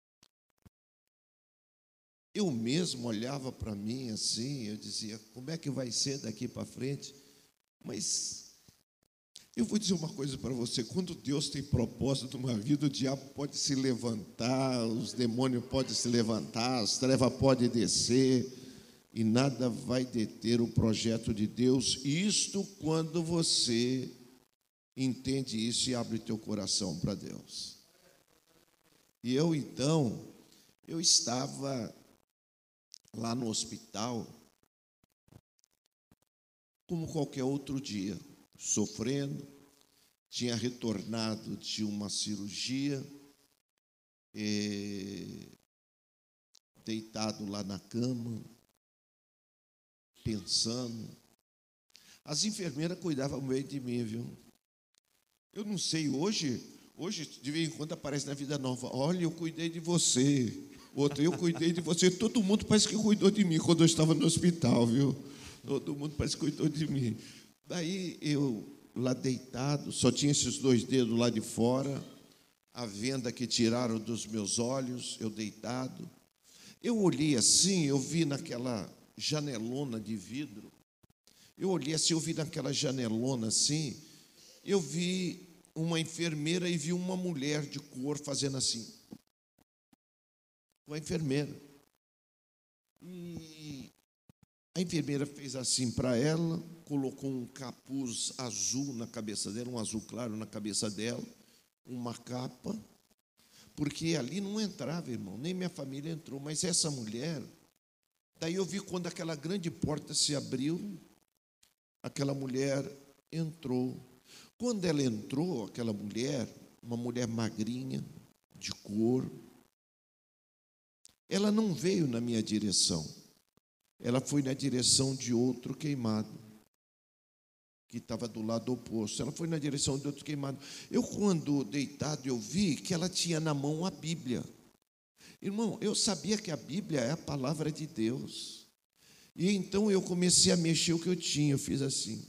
Eu mesmo olhava para mim assim, eu dizia: como é que vai ser daqui para frente? Mas eu vou dizer uma coisa para você: quando Deus tem propósito numa vida, o diabo pode se levantar, os demônios podem se levantar, as trevas podem descer, e nada vai deter o projeto de Deus. Isto quando você entende isso e abre teu coração para Deus. E eu estava lá no hospital, como qualquer outro dia, sofrendo, tinha retornado de uma cirurgia, deitado lá na cama, pensando. As enfermeiras cuidavam bem de mim, viu? Eu não sei, hoje de vez em quando aparece na Vida Nova: olha, eu cuidei de você. Outra: eu cuidei de você. Todo mundo parece que cuidou de mim quando eu estava no hospital, viu? Todo mundo parece que cuidou de mim. Daí eu lá deitado, só tinha esses 2 dedos lá de fora, a venda que tiraram dos meus olhos, eu deitado. Eu olhei assim, eu vi naquela janelona de vidro, eu olhei assim, eu vi naquela janelona assim, eu vi uma enfermeira e viu uma mulher de cor fazendo assim. Uma enfermeira. E a enfermeira fez assim para ela, colocou um capuz azul na cabeça dela, um azul claro na cabeça dela, uma capa, porque ali não entrava, irmão, nem minha família entrou, mas essa mulher, daí eu vi quando aquela grande porta se abriu, aquela mulher entrou. Quando ela entrou, aquela mulher, uma mulher magrinha, de cor, ela não veio na minha direção, ela foi na direção de outro queimado, que estava do lado oposto. Ela foi na direção de outro queimado. Eu, quando deitado, eu vi que ela tinha na mão a Bíblia. Irmão, eu sabia que a Bíblia é a palavra de Deus. E então eu comecei a mexer o que eu tinha, eu fiz assim.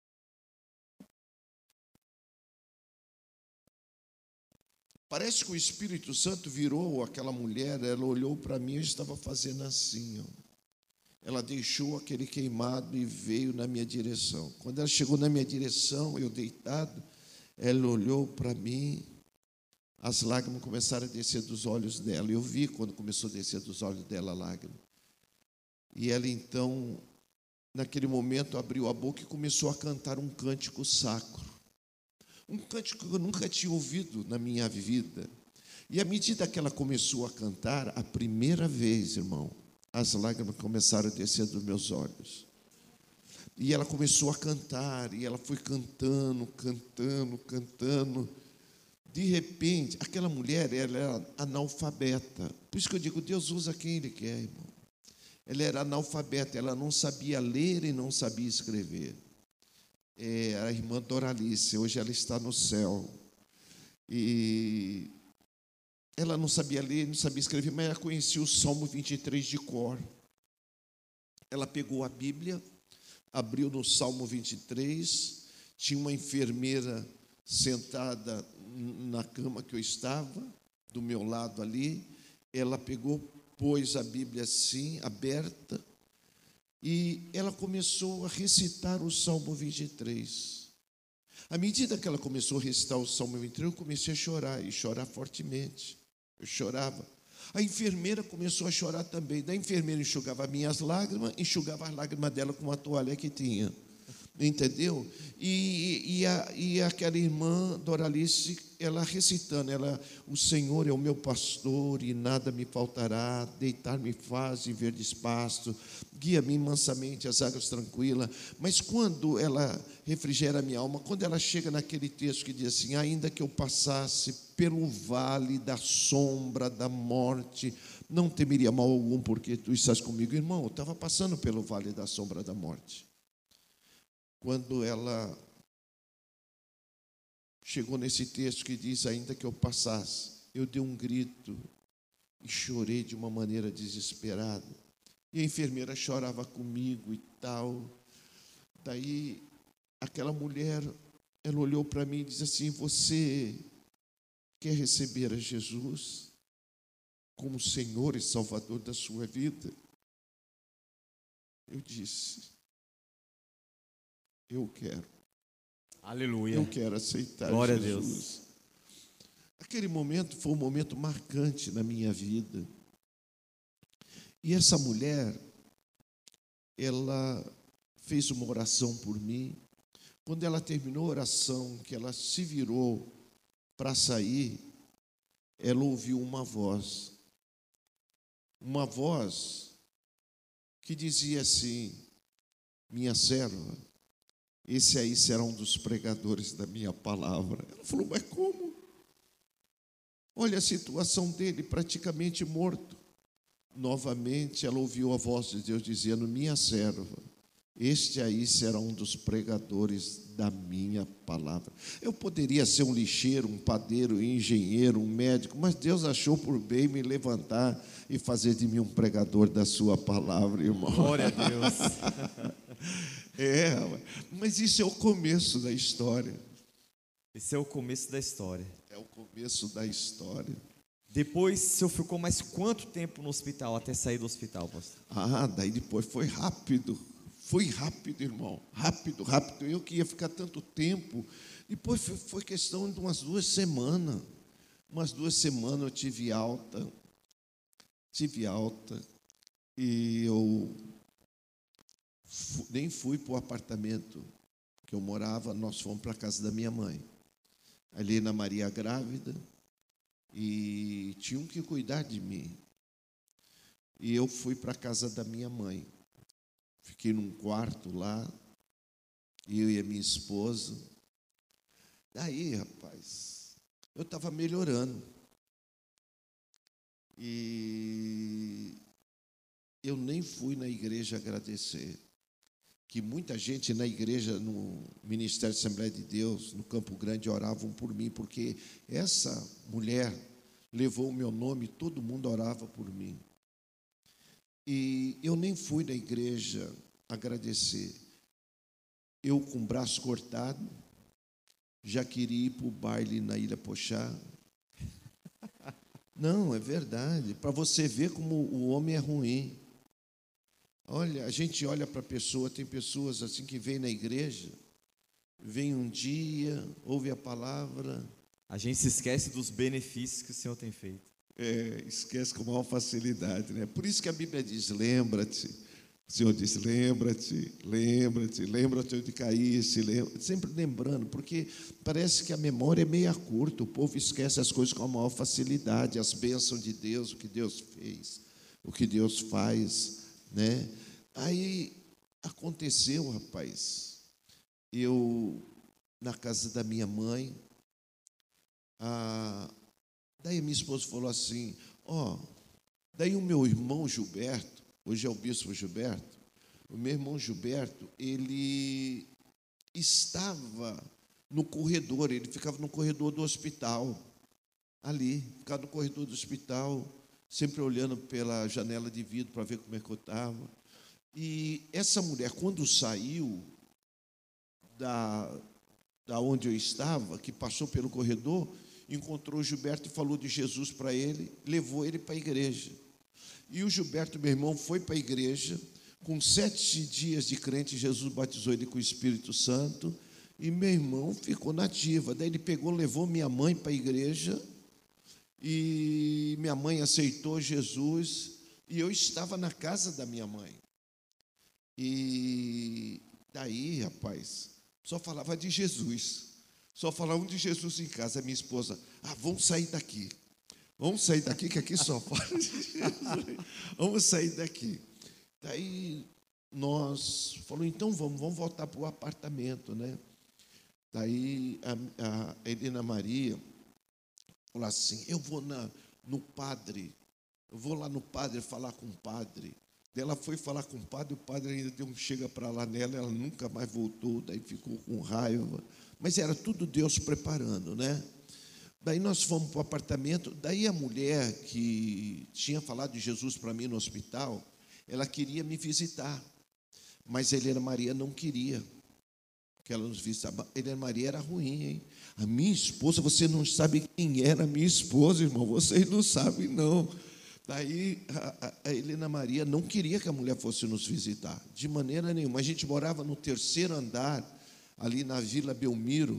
Parece que o Espírito Santo virou aquela mulher, ela olhou para mim, eu estava fazendo assim, ó. Ela deixou aquele queimado e veio na minha direção. Quando ela chegou na minha direção, eu deitado, ela olhou para mim, as lágrimas começaram a descer dos olhos dela. Eu vi quando começou a descer dos olhos dela a lágrima. E ela então, naquele momento, abriu a boca e começou a cantar um cântico sacro. Um cântico que eu nunca tinha ouvido na minha vida. E à medida que ela começou a cantar, a primeira vez, irmão, as lágrimas começaram a descer dos meus olhos. E ela começou a cantar, e ela foi cantando, cantando, cantando. De repente, aquela mulher, ela era analfabeta. Por isso que eu digo, Deus usa quem Ele quer, irmão. Ela era analfabeta, ela não sabia ler e não sabia escrever. É a irmã Doralice, hoje ela está no céu. E ela não sabia ler, não sabia escrever, mas ela conhecia o Salmo 23 de cor. Ela pegou a Bíblia, abriu no Salmo 23, tinha uma enfermeira sentada na cama que eu estava, do meu lado ali. Ela pegou, pôs a Bíblia assim, aberta, e ela começou a recitar o Salmo 23. À medida que ela começou a recitar o Salmo 23, eu comecei a chorar, e chorar fortemente. Eu chorava. A enfermeira começou a chorar também. Da enfermeira enxugava minhas lágrimas, enxugava as lágrimas dela com uma toalha que tinha. Entendeu? E aquela irmã Doralice, ela recitando, o Senhor é o meu pastor e nada me faltará, deitar-me faz em verdes pastos, guia-me mansamente às águas tranquilas. Mas quando ela refrigera a minha alma, quando ela chega naquele texto que diz assim, ainda que eu passasse pelo vale da sombra da morte, não temeria mal algum, porque tu estás comigo. Irmão, eu estava passando pelo vale da sombra da morte. Quando ela chegou nesse texto que diz, ainda que eu passasse, eu dei um grito e chorei de uma maneira desesperada. E a enfermeira chorava comigo e tal. Daí, aquela mulher, ela olhou para mim e disse assim, você quer receber a Jesus como Senhor e Salvador da sua vida? Eu disse, eu quero. Aleluia. Eu quero aceitar Glória Jesus. a Deus. Aquele momento foi um momento marcante na minha vida. E essa mulher, ela fez uma oração por mim. Quando ela terminou a oração, que ela se virou para sair, ela ouviu uma voz. Uma voz que dizia assim, minha serva, esse aí será um dos pregadores da minha palavra. Ela falou, mas como? Olha a situação dele, praticamente morto. Novamente ela ouviu a voz de Deus dizendo, minha serva, este aí será um dos pregadores da minha palavra. Eu poderia ser um lixeiro, um padeiro, um engenheiro, um médico, mas Deus achou por bem me levantar e fazer de mim um pregador da sua palavra, irmão. Glória a Deus. Mas isso é o começo da história. Esse é o começo da história. É o começo da história. Depois, o senhor ficou mais quanto tempo no hospital, até sair do hospital, pastor? Daí depois foi rápido. Foi rápido, irmão, rápido, rápido. Eu que ia ficar tanto tempo. Depois foi questão de umas 2 semanas. Umas 2 semanas eu tive alta. E eu nem fui para o apartamento que eu morava, nós fomos para a casa da minha mãe. A Helena Maria grávida, e tinham que cuidar de mim. E eu fui para a casa da minha mãe. Fiquei num quarto lá, eu e a minha esposa. Daí, rapaz, eu estava melhorando. E eu nem fui na igreja agradecer. Que muita gente na igreja, no Ministério da Assembleia de Deus, no Campo Grande, oravam por mim, porque essa mulher levou o meu nome, todo mundo orava por mim. E eu nem fui na igreja agradecer. Eu, com o braço cortado, já queria ir para o baile na Ilha Pochá. Não, é verdade, para você ver como o homem é ruim. Olha, a gente olha para a pessoa, tem pessoas assim que vêm na igreja, vem um dia, ouve a palavra. A gente se esquece dos benefícios que o Senhor tem feito. Esquece com maior facilidade, né? Por isso que a Bíblia diz, lembra-te. O Senhor diz, lembra-te onde caísse, sempre lembrando, porque parece que a memória é meia curta, o povo esquece as coisas com a maior facilidade, as bênçãos de Deus, o que Deus fez, o que Deus faz, né? Aí aconteceu, rapaz, eu na casa da minha mãe, daí minha esposa falou assim, daí o meu irmão Gilberto, hoje é o bispo Gilberto, o meu irmão Gilberto, ele estava no corredor, ele ficava no corredor do hospital, ali, ficava no corredor do hospital, sempre olhando pela janela de vidro para ver como é que eu estava. E essa mulher, quando saiu da onde eu estava, que passou pelo corredor, encontrou o Gilberto e falou de Jesus para ele, levou ele para a igreja. E o Gilberto, meu irmão, foi para a igreja, com 7 dias de crente, Jesus batizou ele com o Espírito Santo, e meu irmão ficou nativa. Daí ele pegou, levou minha mãe para a igreja, e minha mãe aceitou Jesus, e eu estava na casa da minha mãe. E daí, rapaz, só falava de Jesus, só falavam de Jesus em casa. A minha esposa, vamos sair daqui, que aqui só fala de Jesus, vamos sair daqui. Daí nós falamos, então vamos voltar para o apartamento, né? Daí a Helena Maria falou assim, eu vou no padre, eu vou lá no padre falar com o padre. Daí ela foi falar com o padre ainda deu um chega para lá nela, ela nunca mais voltou, daí ficou com raiva. Mas era tudo Deus preparando, né? Daí nós fomos para o apartamento, daí a mulher que tinha falado de Jesus para mim no hospital, ela queria me visitar, mas a Helena Maria não queria que ela nos visitasse. A Helena Maria era ruim, hein? A minha esposa, você não sabe quem era a minha esposa, irmão, vocês não sabem, não. Daí a Helena Maria não queria que a mulher fosse nos visitar, de maneira nenhuma. A gente morava no 3º andar, ali na Vila Belmiro,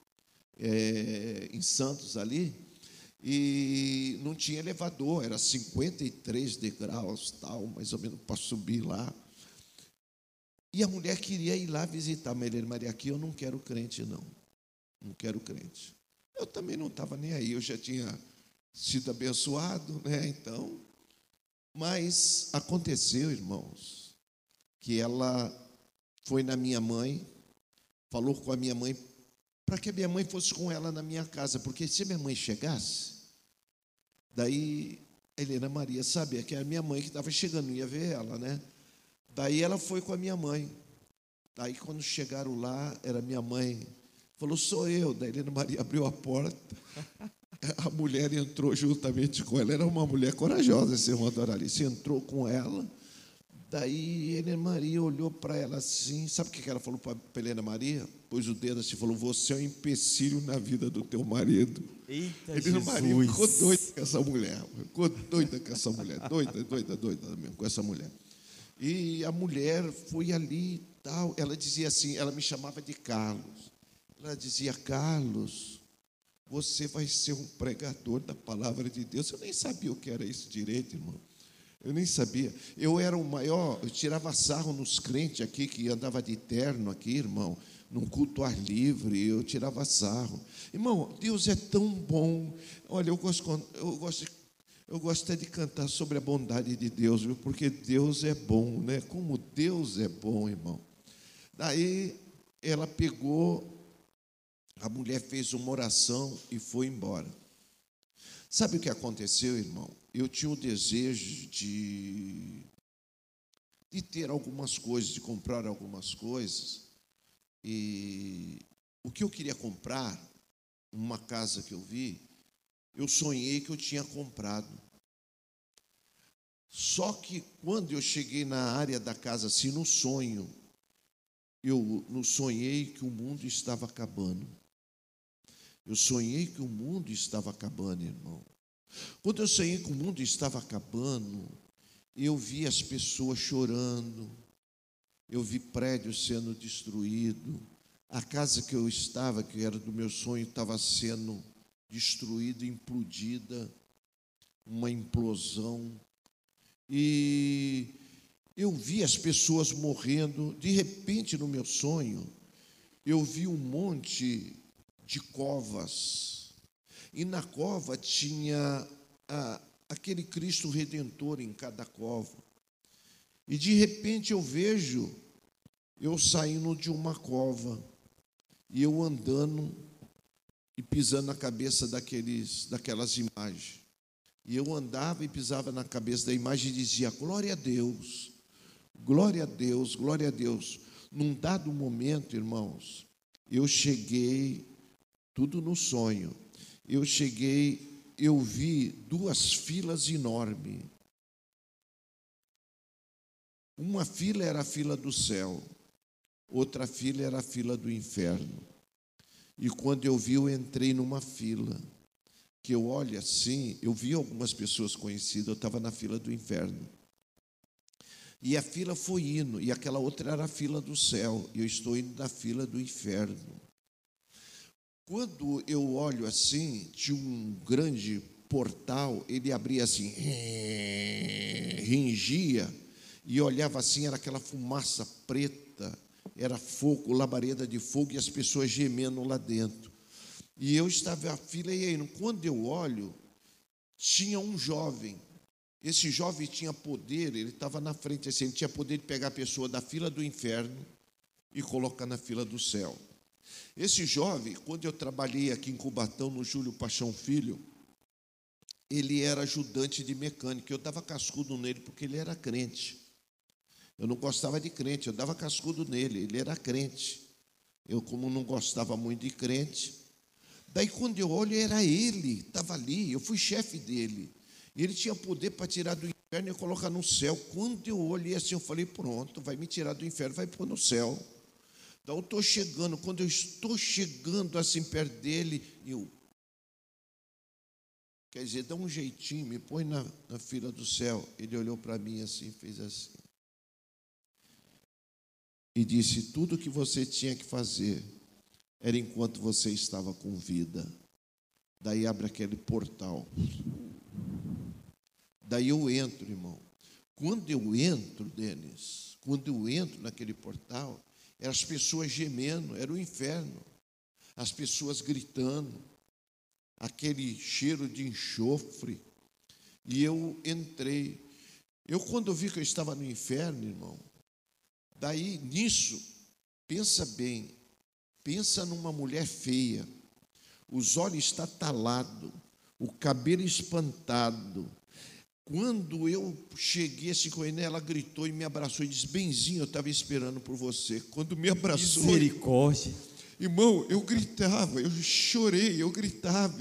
em Santos, ali, e não tinha elevador, era 53 degraus, tal, mais ou menos, para subir lá. E a mulher queria ir lá visitar, mas Helena Maria, aqui eu não quero crente, não quero crente. Eu também não estava nem aí, eu já tinha sido abençoado, né? Então, mas aconteceu, irmãos, que ela foi na minha mãe, falou com a minha mãe, para que a minha mãe fosse com ela na minha casa, porque se a minha mãe chegasse, daí a Helena Maria sabia que era a minha mãe que estava chegando, não ia ver ela, né? Daí ela foi com a minha mãe. Daí quando chegaram lá, era minha mãe, falou, sou eu. Daí a Helena Maria abriu a porta, a mulher entrou juntamente com ela, era uma mulher corajosa, essa irmã Doralice, entrou com ela. Daí Helena Maria olhou para ela assim, sabe o que ela falou para Helena Maria? Pôs o dedo assim, falou, você é um empecilho na vida do teu marido. Eita, Helena Jesus. Maria ficou doida com essa mulher, doida mesmo com essa mulher. E a mulher foi ali, tal. Ela dizia assim, ela me chamava de Carlos. Ela dizia: Carlos, você vai ser um pregador da palavra de Deus. Eu nem sabia o que era isso direito, irmão. Eu nem sabia. Eu era o maior, eu tirava sarro nos crentes aqui, que andava de terno aqui, irmão, num culto ao ar livre, eu tirava sarro. Irmão, Deus é tão bom. Olha, eu gosto até de cantar sobre a bondade de Deus, viu? Porque Deus é bom, né? Como Deus é bom, irmão. Daí ela pegou, a mulher fez uma oração e foi embora. Sabe o que aconteceu, irmão? Eu tinha o desejo de ter algumas coisas, de comprar algumas coisas. E o que eu queria comprar, uma casa que eu vi, eu sonhei que eu tinha comprado. Só que quando eu cheguei na área da casa, assim, no sonho, eu não sonhei que o mundo estava acabando. Eu sonhei que o mundo estava acabando, irmão. Quando eu sonhei que o mundo estava acabando, eu vi as pessoas chorando, eu vi prédios sendo destruídos, a casa que eu estava, que era do meu sonho, estava sendo destruída, implodida, uma implosão. E eu vi as pessoas morrendo. De repente, no meu sonho, eu vi um monte de covas, e na cova tinha aquele Cristo Redentor em cada cova. E de repente eu vejo eu saindo de uma cova e eu andando e pisando na cabeça daquelas imagens. E eu andava e pisava na cabeça da imagem e dizia: glória a Deus, glória a Deus, glória a Deus. Num dado momento, irmãos, eu cheguei, tudo no sonho, eu vi duas filas enormes. Uma fila era a fila do céu, outra fila era a fila do inferno. E quando eu vi, eu entrei numa fila, que eu olho assim, eu vi algumas pessoas conhecidas, eu estava na fila do inferno. E a fila foi indo, e aquela outra era a fila do céu, e eu estou indo na fila do inferno. Quando eu olho assim, tinha um grande portal, ele abria assim, ringia, e olhava assim, era aquela fumaça preta, era fogo, labareda de fogo, e as pessoas gemendo lá dentro. E eu estava na fila, e aí, quando eu olho, tinha um jovem. Esse jovem tinha poder, ele estava na frente, assim, ele tinha poder de pegar a pessoa da fila do inferno e colocar na fila do céu. Esse jovem, quando eu trabalhei aqui em Cubatão, no Júlio Paixão Filho, ele era ajudante de mecânica. Eu dava cascudo nele porque ele era crente. Eu não gostava de crente, eu dava cascudo nele, ele era crente. Eu, como não gostava muito de crente, daí quando eu olho, era ele, estava ali, eu fui chefe dele. E ele tinha poder para tirar do inferno e colocar no céu. Quando eu olhei assim, eu falei: pronto, vai me tirar do inferno, vai pôr no céu. Então eu estou chegando, quando eu estou chegando assim perto dele, quer dizer, dá um jeitinho, me põe na fila do céu. Ele olhou para mim assim, fez assim. E disse: tudo o que você tinha que fazer era enquanto você estava com vida. Daí abre aquele portal. Daí eu entro, irmão. Quando eu entro, Denis, quando eu entro naquele portal, eram as pessoas gemendo, era o inferno. As pessoas gritando, aquele cheiro de enxofre. E eu entrei. Quando eu vi que eu estava no inferno, irmão, daí nisso, pensa bem, pensa numa mulher feia, os olhos estatalados, o cabelo espantado. Quando eu cheguei assim com ele, ela gritou e me abraçou e disse: benzinho, eu estava esperando por você. Quando me abraçou, misericórdia, irmão, eu gritava, eu chorei, eu gritava,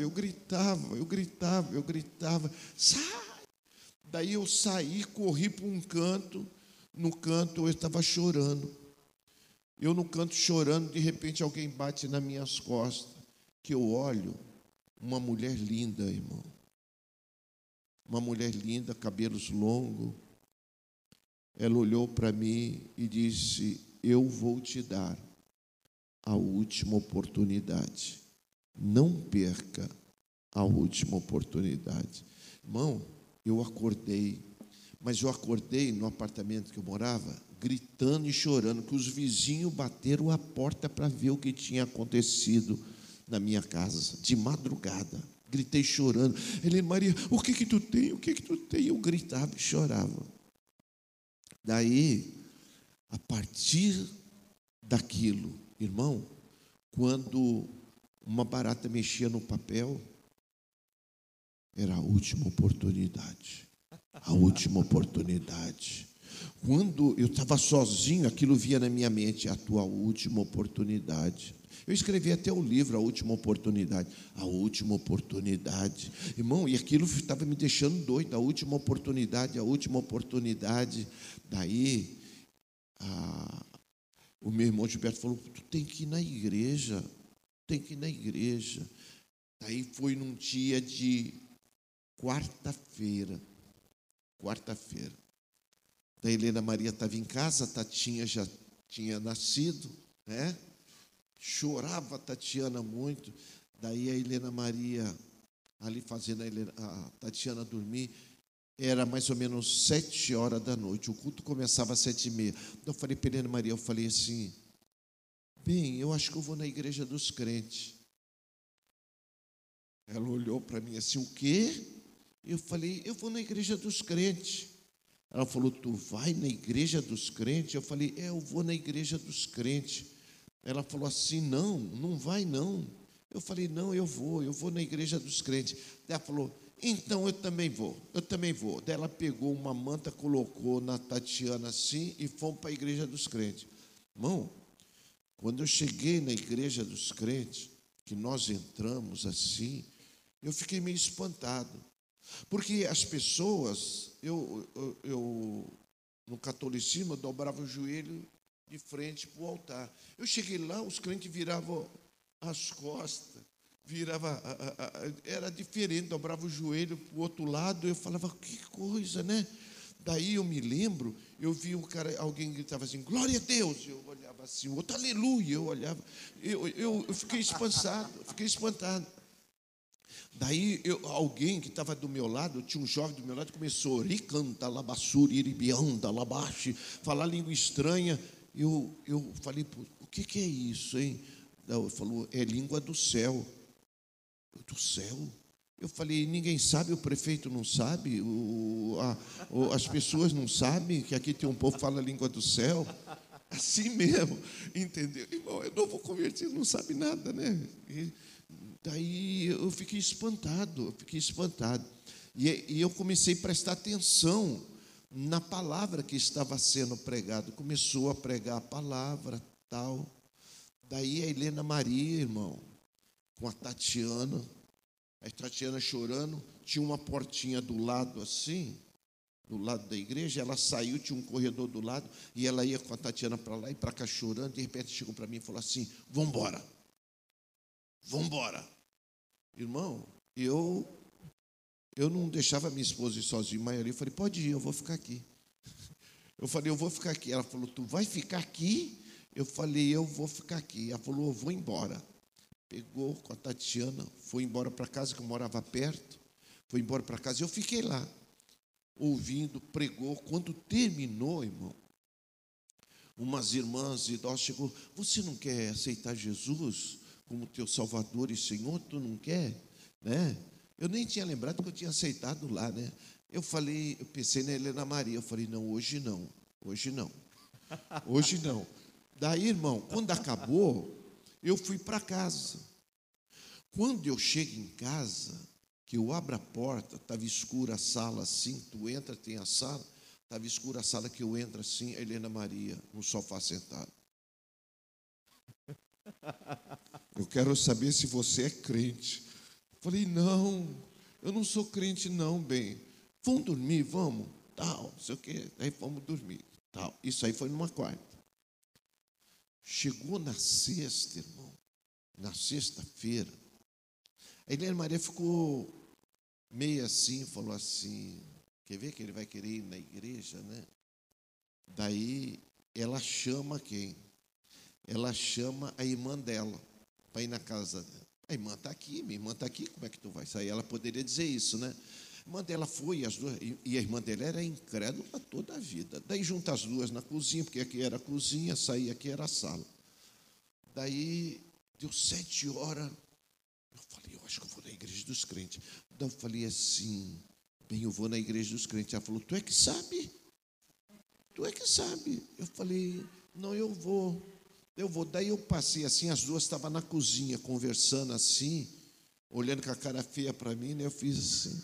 sai! Daí eu saí, corri para um canto, no canto eu estava chorando. Eu no canto chorando, de repente alguém bate nas minhas costas, que eu olho, uma mulher linda, irmão. Uma mulher linda, cabelos longos, ela olhou para mim e disse: eu vou te dar a última oportunidade. Não perca a última oportunidade. Irmão, eu acordei, mas eu acordei no apartamento que eu morava, gritando e chorando, que os vizinhos bateram a porta para ver o que tinha acontecido na minha casa, de madrugada. Gritei chorando. Helena Maria, o que que tu tem? O que que tu tem? Eu gritava e chorava. Daí, a partir daquilo, irmão, quando uma barata mexia no papel, era a última oportunidade. A última oportunidade. Quando eu estava sozinho, aquilo vinha na minha mente: a tua última oportunidade. Eu escrevi até o livro, A Última Oportunidade. A última oportunidade. Irmão, e aquilo estava me deixando doido. A última oportunidade, a última oportunidade. Daí, o meu irmão Gilberto falou: tu tem que ir na igreja, tem que ir na igreja. Daí foi num dia de quarta-feira. Da Helena Maria estava em casa, a Tatinha já tinha nascido, né? Chorava a Tatiana muito. Daí a Helena Maria, ali fazendo a Tatiana dormir, era mais ou menos 7 horas da noite. O culto começava às 7h30. Eu falei para a Helena Maria, eu falei assim: bem, eu acho que eu vou na igreja dos crentes. Ela olhou para mim assim: o quê? Eu falei: eu vou na igreja dos crentes. Ela falou: tu vai na igreja dos crentes? Eu falei: eu vou na igreja dos crentes. Ela falou assim: não, não vai não. Eu falei: não, eu vou na igreja dos crentes. Ela falou: então eu também vou. Daí ela pegou uma manta, colocou na Tatiana assim e fomos para a igreja dos crentes. Irmão, quando eu cheguei na igreja dos crentes, que nós entramos assim, eu fiquei meio espantado. Porque as pessoas, no catolicismo, eu dobrava o joelho de frente para o altar. Eu cheguei lá, os crentes viravam as costas, era diferente, dobrava o joelho para o outro lado. Eu falava: que coisa, né? Daí eu me lembro, eu vi alguém gritava assim: glória a Deus. Eu olhava assim, o outro aleluia. Eu olhava, eu fiquei espantado. Daí alguém que estava do meu lado, tinha um jovem do meu lado, começou ricanta labassuri iribianda labaxe, falar língua estranha. Eu falei: o que é isso, hein? Ele falou: é língua do céu. Do céu? Eu falei: ninguém sabe, o prefeito não sabe, as pessoas não sabem que aqui tem um povo que fala a língua do céu. Assim mesmo, entendeu? Irmão, é novo convertido, não sabe nada, né? Daí eu fiquei espantado. E eu comecei a prestar atenção na palavra que estava sendo pregada. Começou a pregar a palavra, tal. Daí a Helena Maria, irmão, com a Tatiana chorando, tinha uma portinha do lado assim, do lado da igreja. Ela saiu, tinha um corredor do lado, e ela ia com a Tatiana para lá e para cá chorando. De repente chegou para mim e falou assim: vamos embora. Irmão, eu não deixava minha esposa ir sozinha, mas eu falei: pode ir, eu vou ficar aqui. Eu falei: eu vou ficar aqui. Ela falou: tu vai ficar aqui? Eu falei: eu vou ficar aqui. Ela falou: eu vou embora. Pegou com a Tatiana, foi embora para casa, que eu morava perto. Foi embora para casa, eu fiquei lá, ouvindo, pregou. Quando terminou, irmão, umas irmãs idosas chegou: você não quer aceitar Jesus como teu Salvador e Senhor? Tu não quer? Né? Eu nem tinha lembrado que eu tinha aceitado lá, né? Eu pensei na Helena Maria. Eu falei: não, hoje não. Daí, irmão, quando acabou, eu fui para casa. Quando eu chego em casa, que eu abro a porta, estava escura a sala assim, tu entra, tem a sala, estava escura a sala, que eu entro assim, a Helena Maria no sofá sentada. Eu quero saber se você é crente. Falei: não, eu não sou crente não, bem. Vamos dormir, vamos? Tal, não sei o quê. Aí fomos dormir, tal. Isso aí foi numa quarta. Chegou na sexta, irmão, na sexta-feira, a Helena Maria ficou meio assim, falou assim: quer ver que ele vai querer ir na igreja, né? Daí ela chama quem? Ela chama a irmã dela para ir na casa dela. A irmã está aqui, minha irmã está aqui, como é que tu vai sair? Ela poderia dizer isso, né? A irmã dela foi, as duas, e a irmã dela era incrédula toda a vida. Daí junta as duas na cozinha, porque aqui era a cozinha, saía aqui era a sala. Daí deu 7 horas. Eu falei, eu acho que eu vou na igreja dos crentes. Daí eu falei assim, bem, eu vou na igreja dos crentes. Ela falou, tu é que sabe? Tu é que sabe. Eu falei, não, eu vou. Daí eu passei assim, as duas estavam na cozinha, conversando assim, olhando com a cara feia para mim, né? Eu fiz assim.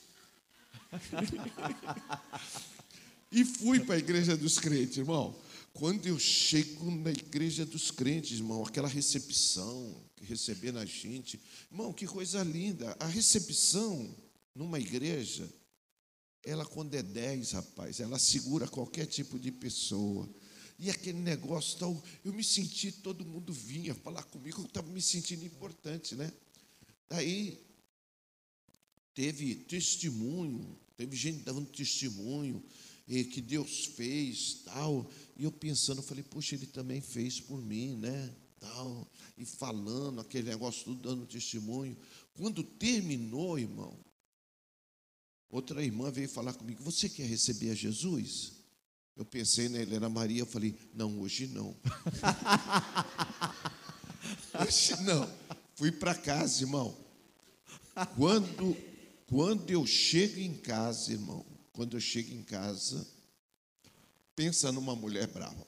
E fui para a igreja dos crentes, irmão. Quando eu chego na igreja dos crentes, irmão, aquela recepção, recebendo a gente, irmão, que coisa linda. A recepção numa igreja, ela quando é 10, rapaz, ela segura qualquer tipo de pessoa. E aquele negócio, tal, eu me senti, todo mundo vinha falar comigo, eu estava me sentindo importante, né? Daí teve testemunho, teve gente dando testemunho que Deus fez, tal. E eu pensando, eu falei, poxa, ele também fez por mim, né? Tal. E falando aquele negócio, tudo dando testemunho. Quando terminou, irmão, outra irmã veio falar comigo, você quer receber a Jesus? Eu pensei na Helena Maria, eu falei, não, hoje não. Hoje não. Fui para casa, irmão. Quando eu chego em casa, irmão, quando eu chego em casa, pensa numa mulher brava.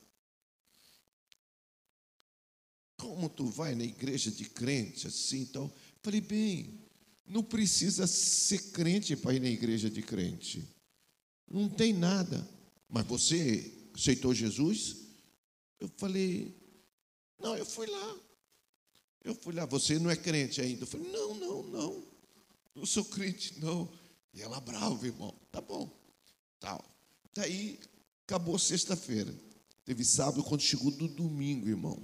Como tu vai na igreja de crente, assim, então? Falei, bem, não precisa ser crente para ir na igreja de crente. Não tem nada. Mas você aceitou Jesus? Eu falei, não, eu fui lá. Você não é crente ainda? Eu falei, não sou crente, não. E ela brava, irmão, tá bom, tal. Daí, acabou sexta-feira. Teve sábado, quando chegou do domingo, irmão.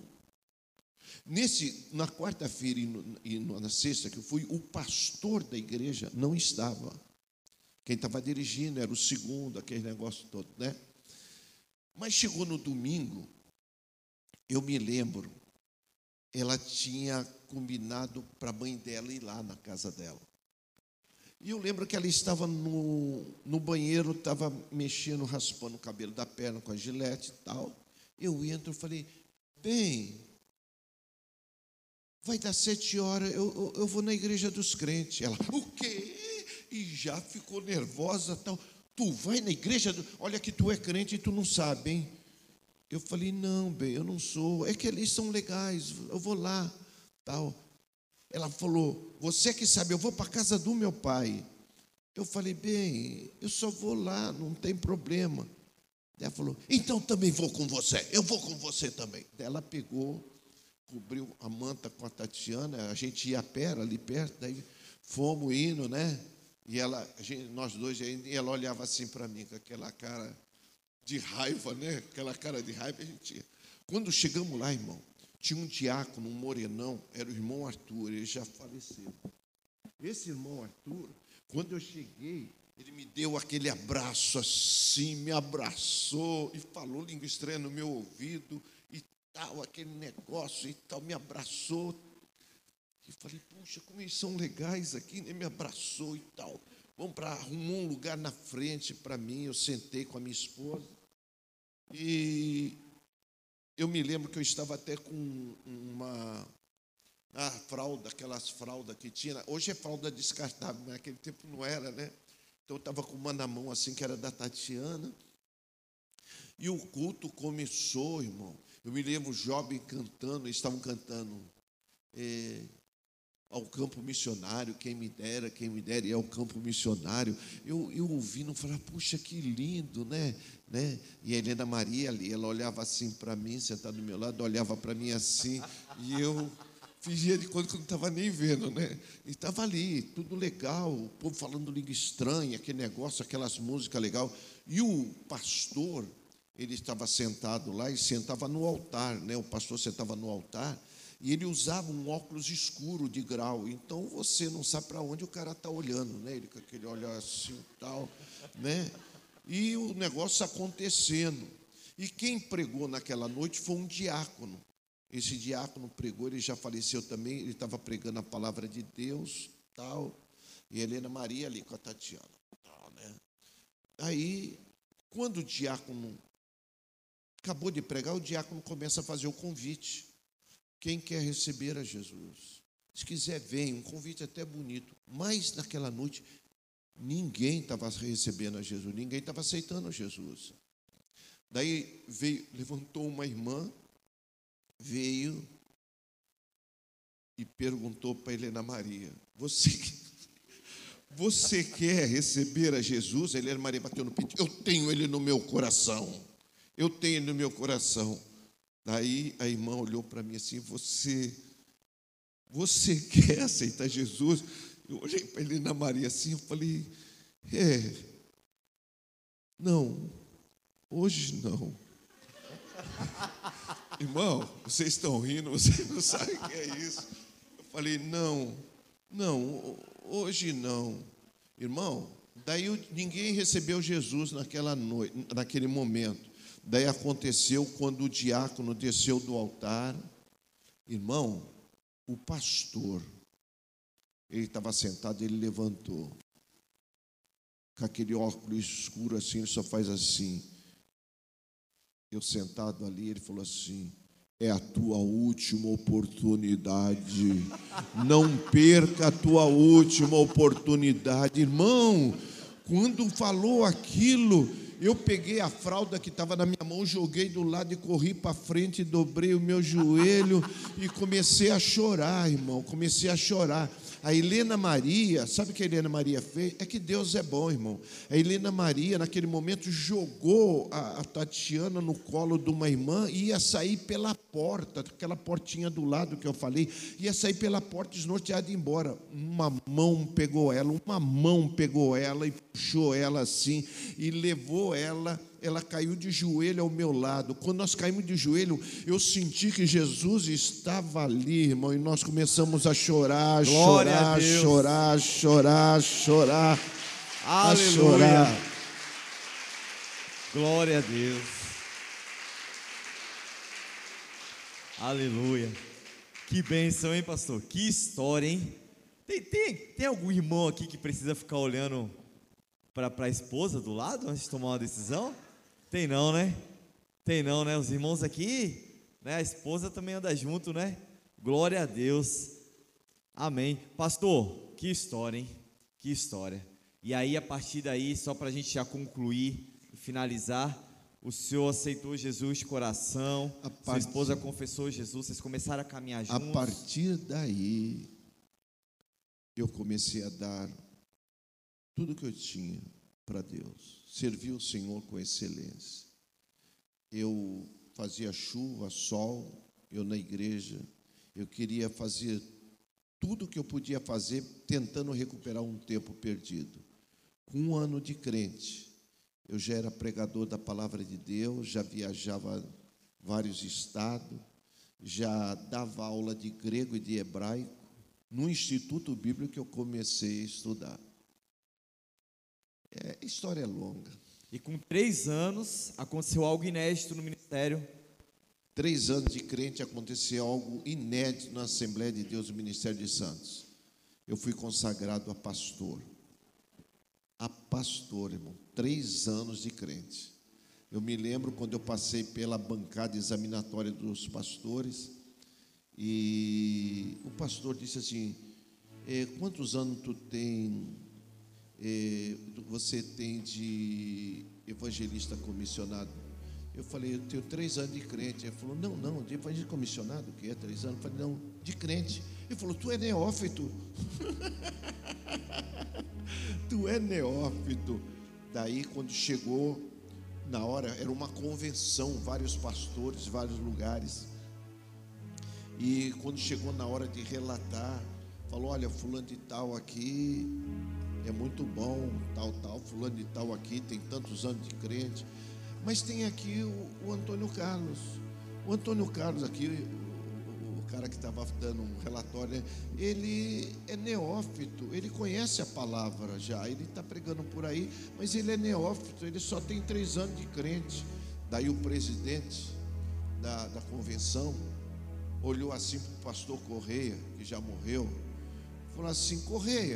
Na quarta-feira e na sexta que eu fui, o pastor da igreja não estava. Quem estava dirigindo era o segundo, aquele negócio todo, né? Mas chegou no domingo, eu me lembro, ela tinha combinado para a mãe dela ir lá na casa dela. E eu lembro que ela estava no banheiro, estava mexendo, raspando o cabelo da perna com a gilete e tal. Eu entro e falei, bem, vai dar 7 horas, eu vou na igreja dos crentes. Ela, o quê? E já ficou nervosa, tal. Tu vai na igreja? Olha que tu é crente e tu não sabe, hein? Eu falei, não, bem, eu não sou. É que eles são legais, eu vou lá, tal. Ela falou, você que sabe, eu vou para a casa do meu pai. Eu falei, bem, eu só vou lá, não tem problema. Ela falou, então também vou com você, eu vou com você também. Ela pegou, cobriu a manta com a Tatiana, a gente ia a pé, ali perto, daí fomos indo, né? E nós dois, e ela olhava assim para mim, com aquela cara de raiva, né? Aquela cara de raiva, a gente ia. Quando chegamos lá, irmão, tinha um diácono, um morenão, era o irmão Arthur, ele já faleceu. Esse irmão Arthur, quando eu cheguei, ele me deu aquele abraço assim, me abraçou e falou língua estranha no meu ouvido e tal, aquele negócio e tal, me abraçou. E falei, puxa, como eles são legais aqui, né? Me abraçou e tal. Arrumou um lugar na frente para mim, eu sentei com a minha esposa. E eu me lembro que eu estava até com uma fralda, aquelas fraldas que tinha. Hoje é fralda descartável, mas naquele tempo não era, né? Então eu estava com uma na mão assim, que era da Tatiana. E o culto começou, irmão. Eu me lembro, jovens cantando, eles estavam cantando ao campo missionário, quem me dera, e ao campo missionário. Eu ouvindo falar, puxa, que lindo, né? E a Helena Maria ali, ela olhava assim para mim, sentada do meu lado, olhava para mim assim, e eu fingia de conta que eu não estava nem vendo, né? E estava ali, tudo legal, o povo falando língua estranha, aquele negócio, aquelas músicas legais. E o pastor, ele estava sentado lá e sentava no altar, né? O pastor sentava no altar, e ele usava um óculos escuro de grau, então você não sabe para onde o cara está olhando, né? Ele com aquele olhar assim e tal, né? E o negócio acontecendo. E quem pregou naquela noite foi um diácono. Esse diácono pregou, ele já faleceu também, ele estava pregando a palavra de Deus, tal, e Helena Maria ali com a Tatiana, tal, né? Aí, quando o diácono acabou de pregar, o diácono começa a fazer o convite. Quem quer receber a Jesus? Se quiser, vem, um convite até bonito. Mas naquela noite, ninguém estava recebendo a Jesus, ninguém estava aceitando Jesus. Daí levantou uma irmã, veio e perguntou para Helena Maria: você quer receber a Jesus? A Helena Maria bateu no peito: eu tenho ele no meu coração, eu tenho ele no meu coração. Daí a irmã olhou para mim assim: você quer aceitar Jesus? Eu olhei para Helena Maria assim, eu falei: não, hoje não. Irmão, vocês estão rindo, vocês não sabem o que é isso. Eu falei: não, hoje não. Irmão, daí ninguém recebeu Jesus naquela noite, naquele momento. Daí aconteceu quando o diácono desceu do altar. Irmão, o pastor, ele estava sentado, ele levantou, com aquele óculos escuro assim, ele só faz assim. Eu sentado ali, ele falou assim: é a tua última oportunidade, não perca a tua última oportunidade. Irmão, quando falou aquilo, eu peguei a fralda que estava na minha mão, joguei do lado e corri para frente, dobrei o meu joelho e comecei a chorar, irmão, comecei a chorar. A Helena Maria, sabe o que a Helena Maria fez? É que Deus é bom, irmão. A Helena Maria, naquele momento, jogou a Tatiana no colo de uma irmã e ia sair pela porta, aquela portinha do lado que eu falei, ia sair pela porta desnorteada e ir embora. Uma mão pegou ela e puxou ela assim e levou ela. Ela caiu de joelho ao meu lado. Quando nós caímos de joelho, eu senti que Jesus estava ali, irmão, e nós começamos a chorar, chorar. Aleluia. Glória a Deus. Aleluia. Que bênção, hein, pastor? Que história, hein? Tem algum irmão aqui que precisa ficar olhando para a esposa do lado antes de tomar uma decisão? Tem não, né? Os irmãos aqui, né? A esposa também anda junto, né? Glória a Deus. Amém. Pastor, que história, hein? Que história. E aí, a partir daí, só para a gente já concluir e finalizar, o senhor aceitou Jesus de coração, sua esposa confessou Jesus, vocês começaram a caminhar juntos. A partir daí, eu comecei a dar tudo que eu tinha para Deus. Servi o Senhor com excelência. Eu fazia chuva, sol, eu na igreja, eu queria fazer tudo o que eu podia fazer, tentando recuperar um tempo perdido. Com 1 ano de crente, eu já era pregador da palavra de Deus, já viajava vários estados, já dava aula de grego e de hebraico, no Instituto Bíblico que eu comecei a estudar. História é longa. E com 3 anos, aconteceu algo inédito no ministério. 3 anos de crente, aconteceu algo inédito na Assembleia de Deus do Ministério de Santos. Eu fui consagrado a pastor. Irmão. 3 anos de crente. Eu me lembro quando eu passei pela bancada examinatória dos pastores, e o pastor disse assim: quantos anos você tem de evangelista comissionado? Eu falei: eu tenho 3 anos de crente. Ele falou: não, de evangelista comissionado, o que é 3 anos? Eu falei: não, de crente. Ele falou: tu é neófito. Tu é neófito. Daí, quando chegou na hora, era uma convenção, vários pastores, vários lugares. E quando chegou na hora de relatar, falou: olha, fulano de tal aqui é muito bom, tal, fulano de tal aqui tem tantos anos de crente. Mas tem aqui o Antônio Carlos. O Antônio Carlos aqui, o cara que estava dando um relatório, né? Ele é neófito, ele conhece a palavra já, ele está pregando por aí, mas ele é neófito, ele só tem 3 anos de crente. Daí o presidente da convenção olhou assim para o pastor Correia, que já morreu, falou assim: Correia,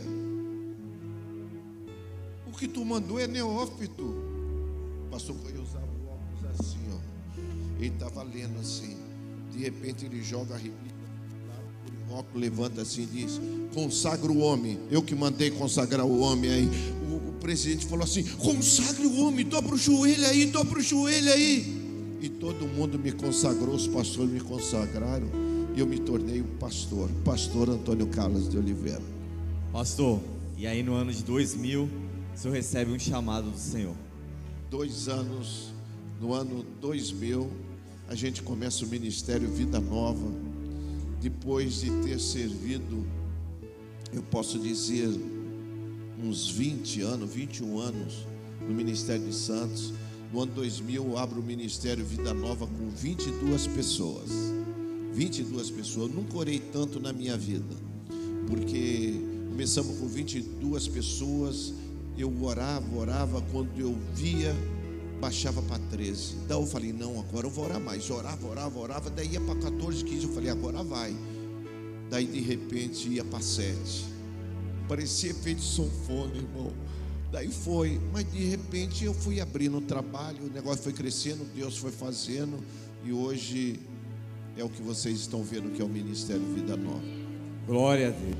o que tu mandou é neófito. O pastor Correia usava o óculos assim, ó. Ele estava lendo assim. De repente ele joga a réplica, o óculos levanta assim e diz: consagra o homem. Eu que mandei consagrar o homem aí. O presidente falou assim: consagre o homem, dobra o joelho aí, dobra o joelho aí. E todo mundo me consagrou, os pastores me consagraram, e eu me tornei o pastor Antônio Carlos de Oliveira. Pastor, e aí no ano de 2000, o senhor recebe um chamado do Senhor. 2 anos, no ano 2000, a gente começa o ministério Vida Nova. Depois de ter servido, eu posso dizer, uns 20 anos, 21 anos no Ministério de Santos. No ano 2000 eu abro o Ministério Vida Nova com 22 pessoas. 22 pessoas. Eu nunca orei tanto na minha vida, porque começamos com 22 pessoas. Eu orava, quando eu via, baixava para 13. Daí eu falei: não, agora eu vou orar mais. Orava, daí ia para 14, 15. Eu falei: agora vai. Daí de repente ia para 7. Parecia efeito sanfona, irmão. Daí foi, mas de repente eu fui abrindo o trabalho, o negócio foi crescendo, Deus foi fazendo, e hoje é o que vocês estão vendo, que é o Ministério Vida Nova. Glória a Deus.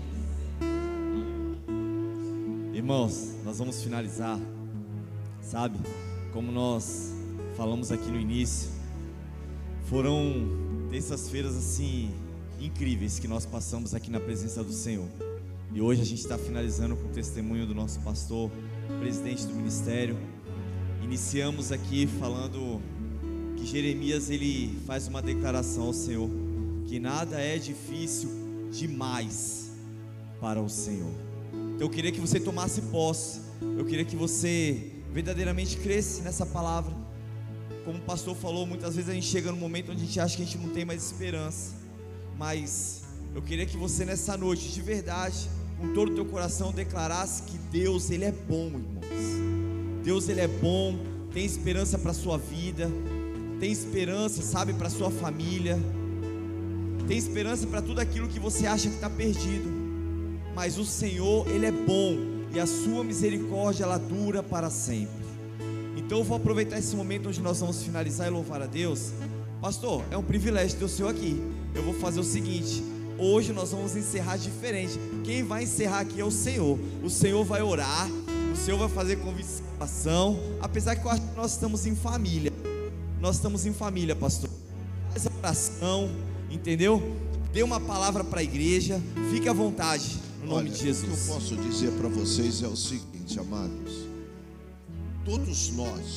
Irmãos, nós vamos finalizar, sabe, como nós falamos aqui no início, foram terças-feiras assim, incríveis que nós passamos aqui na presença do Senhor. E hoje a gente está finalizando com o testemunho do nosso pastor, presidente do ministério. Iniciamos aqui falando que Jeremias, ele faz uma declaração ao Senhor, que nada é difícil demais para o Senhor. Então eu queria que você tomasse posse, eu queria que você verdadeiramente cresce nessa palavra. Como o pastor falou, muitas vezes a gente chega num momento onde a gente acha que a gente não tem mais esperança, mas eu queria que você nessa noite, de verdade, com todo o teu coração, declarasse que Deus, Ele é bom, irmãos. Deus, Ele é bom. Tem esperança para a sua vida, tem esperança, sabe, para a sua família, tem esperança para tudo aquilo que você acha que está perdido. Mas o Senhor, Ele é bom, e a sua misericórdia, ela dura para sempre. Então eu vou aproveitar esse momento onde nós vamos finalizar e louvar a Deus. Pastor, é um privilégio ter o Senhor aqui. Eu vou fazer o seguinte: hoje nós vamos encerrar diferente. Quem vai encerrar aqui é o Senhor. O Senhor vai orar, o Senhor vai fazer convicção. Apesar que eu acho que nós estamos em família. Nós estamos em família, pastor. Faz a oração, entendeu? Dê uma palavra para a igreja. Fique à vontade, no nome de Jesus. O que eu posso dizer para vocês é o seguinte, amados: todos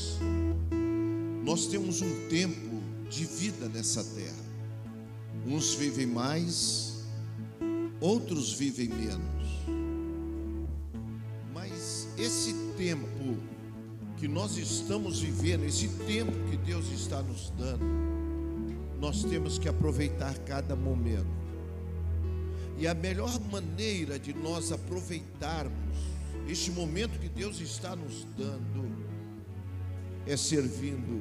nós temos um tempo de vida nessa terra. Uns vivem mais, outros vivem menos. Mas esse tempo que nós estamos vivendo, esse tempo que Deus está nos dando, nós temos que aproveitar cada momento. E a melhor maneira de nós aproveitarmos este momento que Deus está nos dando é servindo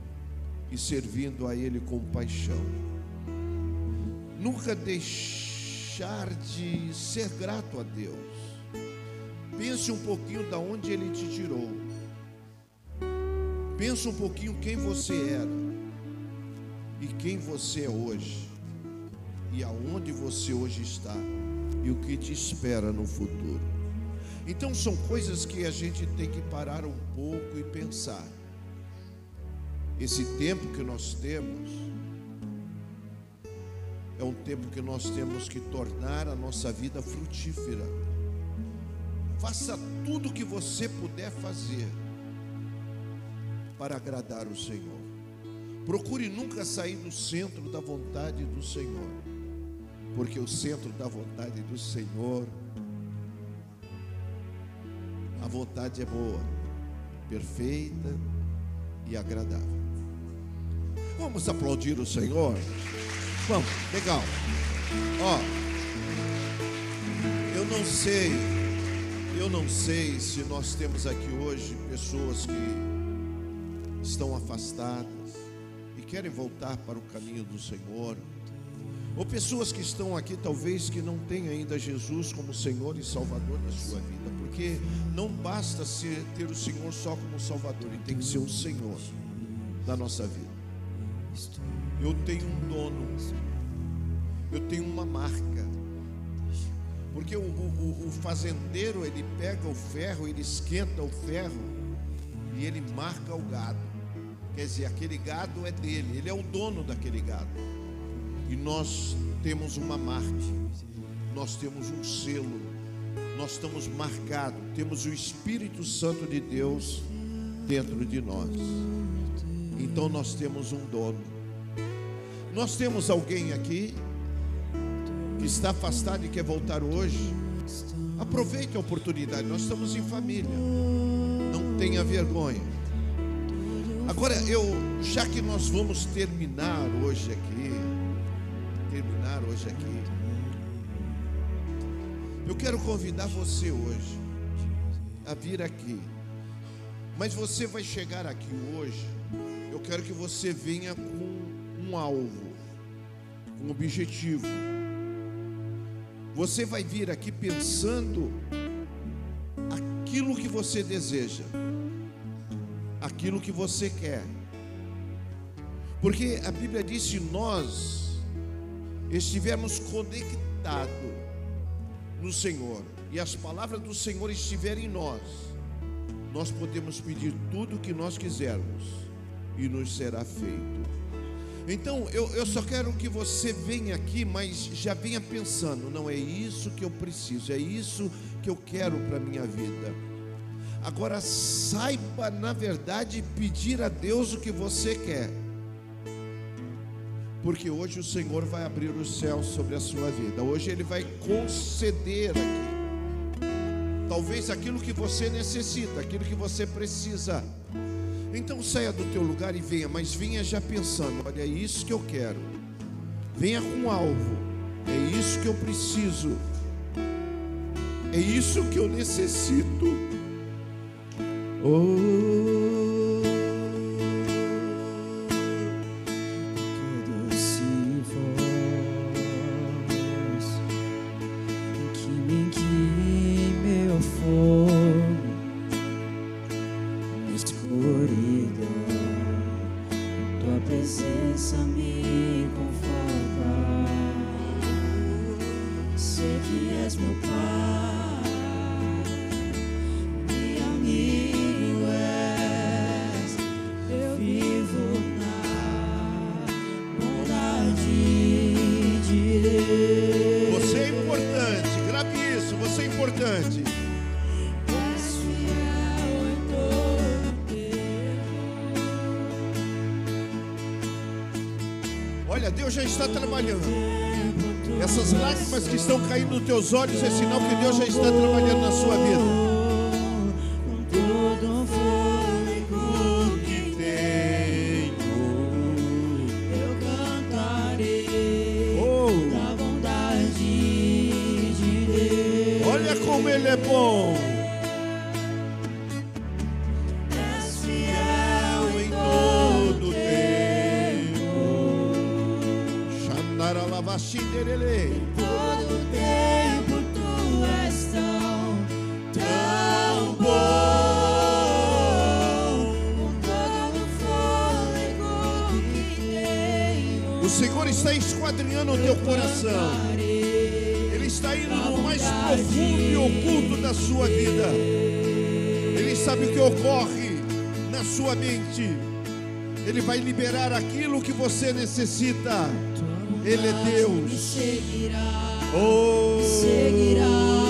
a Ele com paixão. Nunca deixar de ser grato a Deus. Pense um pouquinho da onde Ele te tirou. Pense um pouquinho quem você era e quem você é hoje, e aonde você hoje está e o que te espera no futuro. Então são coisas que a gente tem que parar um pouco e pensar. Esse tempo que nós temos é um tempo que nós temos que tornar a nossa vida frutífera. Faça tudo o que você puder fazer para agradar o Senhor. Procure nunca sair do centro da vontade do Senhor, porque o centro da vontade do Senhor, a vontade é boa, perfeita e agradável. Vamos aplaudir o Senhor? Vamos, legal. Ó, eu não sei se nós temos aqui hoje pessoas que estão afastadas e querem voltar para o caminho do Senhor, ou pessoas que estão aqui talvez que não têm ainda Jesus como Senhor e Salvador da sua vida, porque não basta ter o Senhor só como Salvador, Ele tem que ser o Senhor da nossa vida. Eu tenho um dono, eu tenho uma marca, porque o fazendeiro, ele pega o ferro, ele esquenta o ferro e ele marca o gado. Quer dizer, aquele gado é dele, ele é o dono daquele gado. E nós temos uma marca, nós temos um selo, nós estamos marcados, temos o Espírito Santo de Deus dentro de nós. Então nós temos um dono. Nós temos alguém aqui que está afastado e quer voltar hoje. Aproveite a oportunidade, nós estamos em família, não tenha vergonha. Agora, já que nós vamos terminar hoje aqui, eu quero convidar você hoje a vir aqui. Mas você vai chegar aqui hoje, eu quero que você venha com um alvo, um objetivo. Você vai vir aqui pensando aquilo que você deseja, aquilo que você quer. Porque a Bíblia diz: se nós estivermos conectados no Senhor e as palavras do Senhor estiverem em nós, nós podemos pedir tudo o que nós quisermos e nos será feito. Então eu só quero que você venha aqui, mas já venha pensando: não, é isso que eu preciso, é isso que eu quero para a minha vida. Agora saiba, na verdade, pedir a Deus o que você quer, porque hoje o Senhor vai abrir os céus sobre a sua vida. Hoje Ele vai conceder aqui, talvez aquilo que você necessita, aquilo que você precisa. Então saia do teu lugar e venha, mas venha já pensando: olha, é isso que eu quero. Venha com alvo, é isso que eu preciso, é isso que eu necessito. Olha, Deus já está trabalhando. Essas lágrimas que estão caindo nos teus olhos é sinal que Deus já está trabalhando na sua vida. Como Ele é bom. És fiel em todo tempo. Xandaralavaxinderele. Em todo tempo Tu és tão bom. Com todo o fôlego que tenho. O Senhor está esquadrinhando o teu coração. Está indo no mais profundo e oculto da sua vida. Ele sabe o que ocorre na sua mente. Ele vai liberar aquilo que você necessita. Ele é Deus. Me seguirá,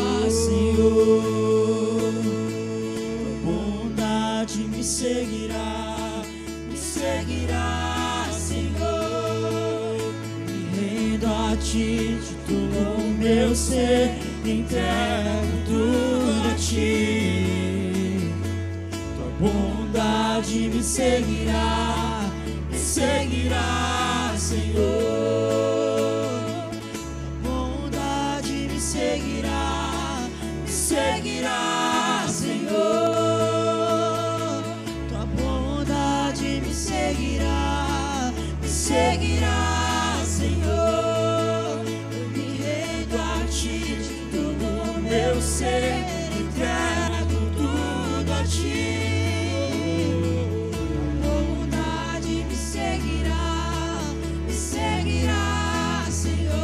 Senhor. Tua bondade me seguirá, Senhor. Me rendo a Ti de todo o meu ser, entrego tudo a Ti. Tua bondade me seguirá, Senhor. Tua bondade me seguirá, Senhor. Tua bondade seguirá, Senhor. Eu me rendo a Ti, todo o meu ser, entrego tudo a Ti. Tua bondade me seguirá, Senhor.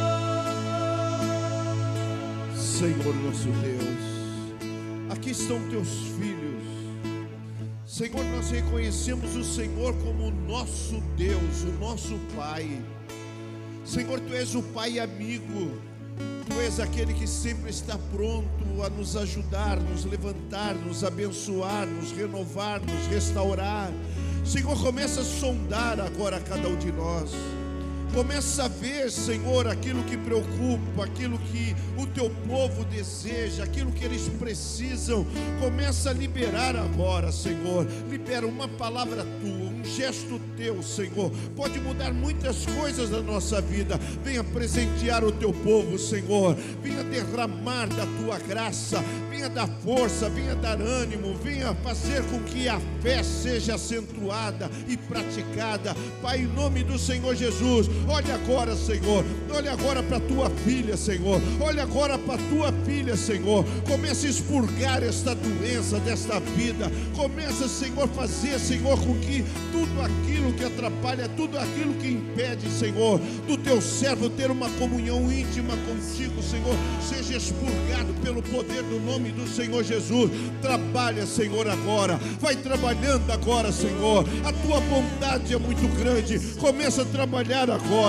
Senhor nosso Deus, aqui estão teus filhos. Senhor, nós reconhecemos o Senhor como o nosso Deus, o nosso Pai. Senhor, Tu és o Pai amigo, Tu és aquele que sempre está pronto a nos ajudar, nos levantar, nos abençoar, nos renovar, nos restaurar. Senhor, começa a sondar agora cada um de nós. Começa a ver, Senhor, aquilo que preocupa, aquilo que o Teu povo deseja, aquilo que eles precisam. Começa a liberar agora, Senhor. Libera uma palavra Tua, um gesto Teu, Senhor. Pode mudar muitas coisas na nossa vida. Venha presentear o Teu povo, Senhor. Venha derramar da Tua graça. Venha dar força, venha dar ânimo. Venha fazer com que a fé seja acentuada e praticada. Pai, em nome do Senhor Jesus, olha agora, Senhor. Olha agora para a Tua filha, Senhor. Olha agora para a Tua filha, Senhor. Começa a expurgar esta doença desta vida. Começa, Senhor, fazer, Senhor, com que tudo aquilo que atrapalha, tudo aquilo que impede, Senhor, do Teu servo ter uma comunhão íntima contigo, Senhor, seja expurgado pelo poder do nome do Senhor Jesus. Trabalha, Senhor, agora. Vai trabalhando agora, Senhor. A Tua bondade é muito grande. Começa a trabalhar agora.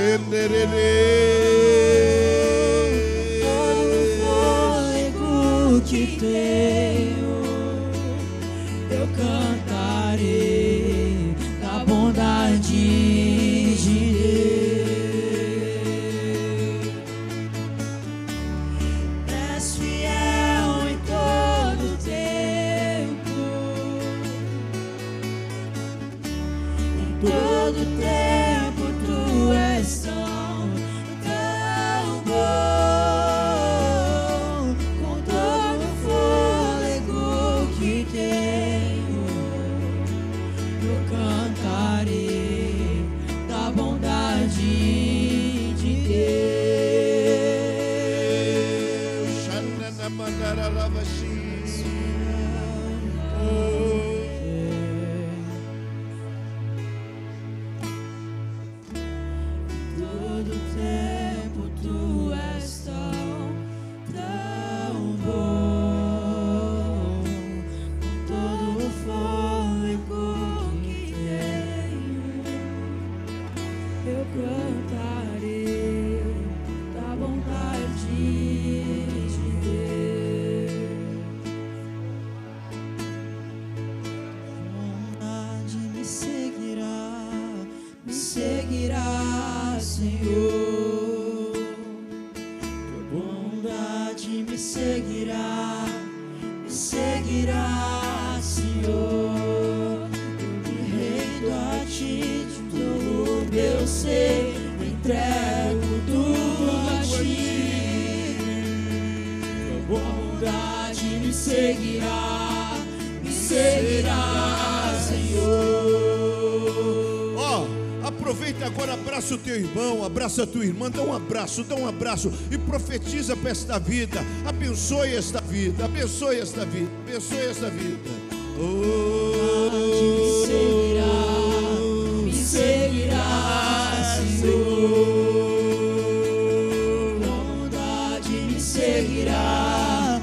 Todo fôlego que tenho, eu cantarei da bondade de Deus. És fiel em todo tempo, em todo tempo Tu és tão bom. Com todo fôlego que tenho, eu cantarei da bondade de Deus. Todo tempo Tu és tão bom. Com todo o fôlego que tenho, eu cantarei da bondade de Deus. Bondade me seguirá, Senhor. Tua bondade me seguirá, Senhor. Eu me rendo a Ti, de todo o meu ser, entrego tudo a Ti. Tua bondade me seguirá, Senhor. Aproveita agora, abraça o teu irmão, abraça a tua irmã, dá um abraço e profetiza para esta vida. Abençoe esta vida, abençoe esta vida, abençoe esta vida. Me seguirá, Senhor. Bondade me seguirá,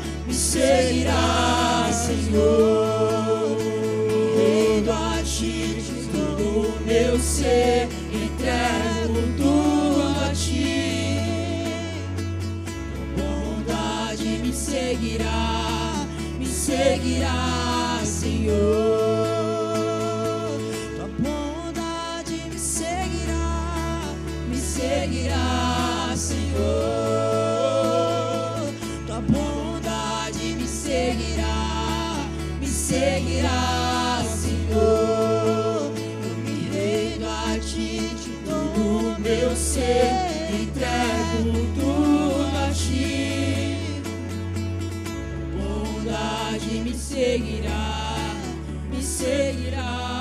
Senhor. Rendo a Ti de todo o meu ser, entrego tudo a Ti. Bondade me seguirá, Senhor. Tua bondade me seguirá, Senhor. Tua bondade me seguirá, Senhor. Eu me rendo a Ti de todo o meu ser, entrego tudo a Ti. Tua bondade me seguirá,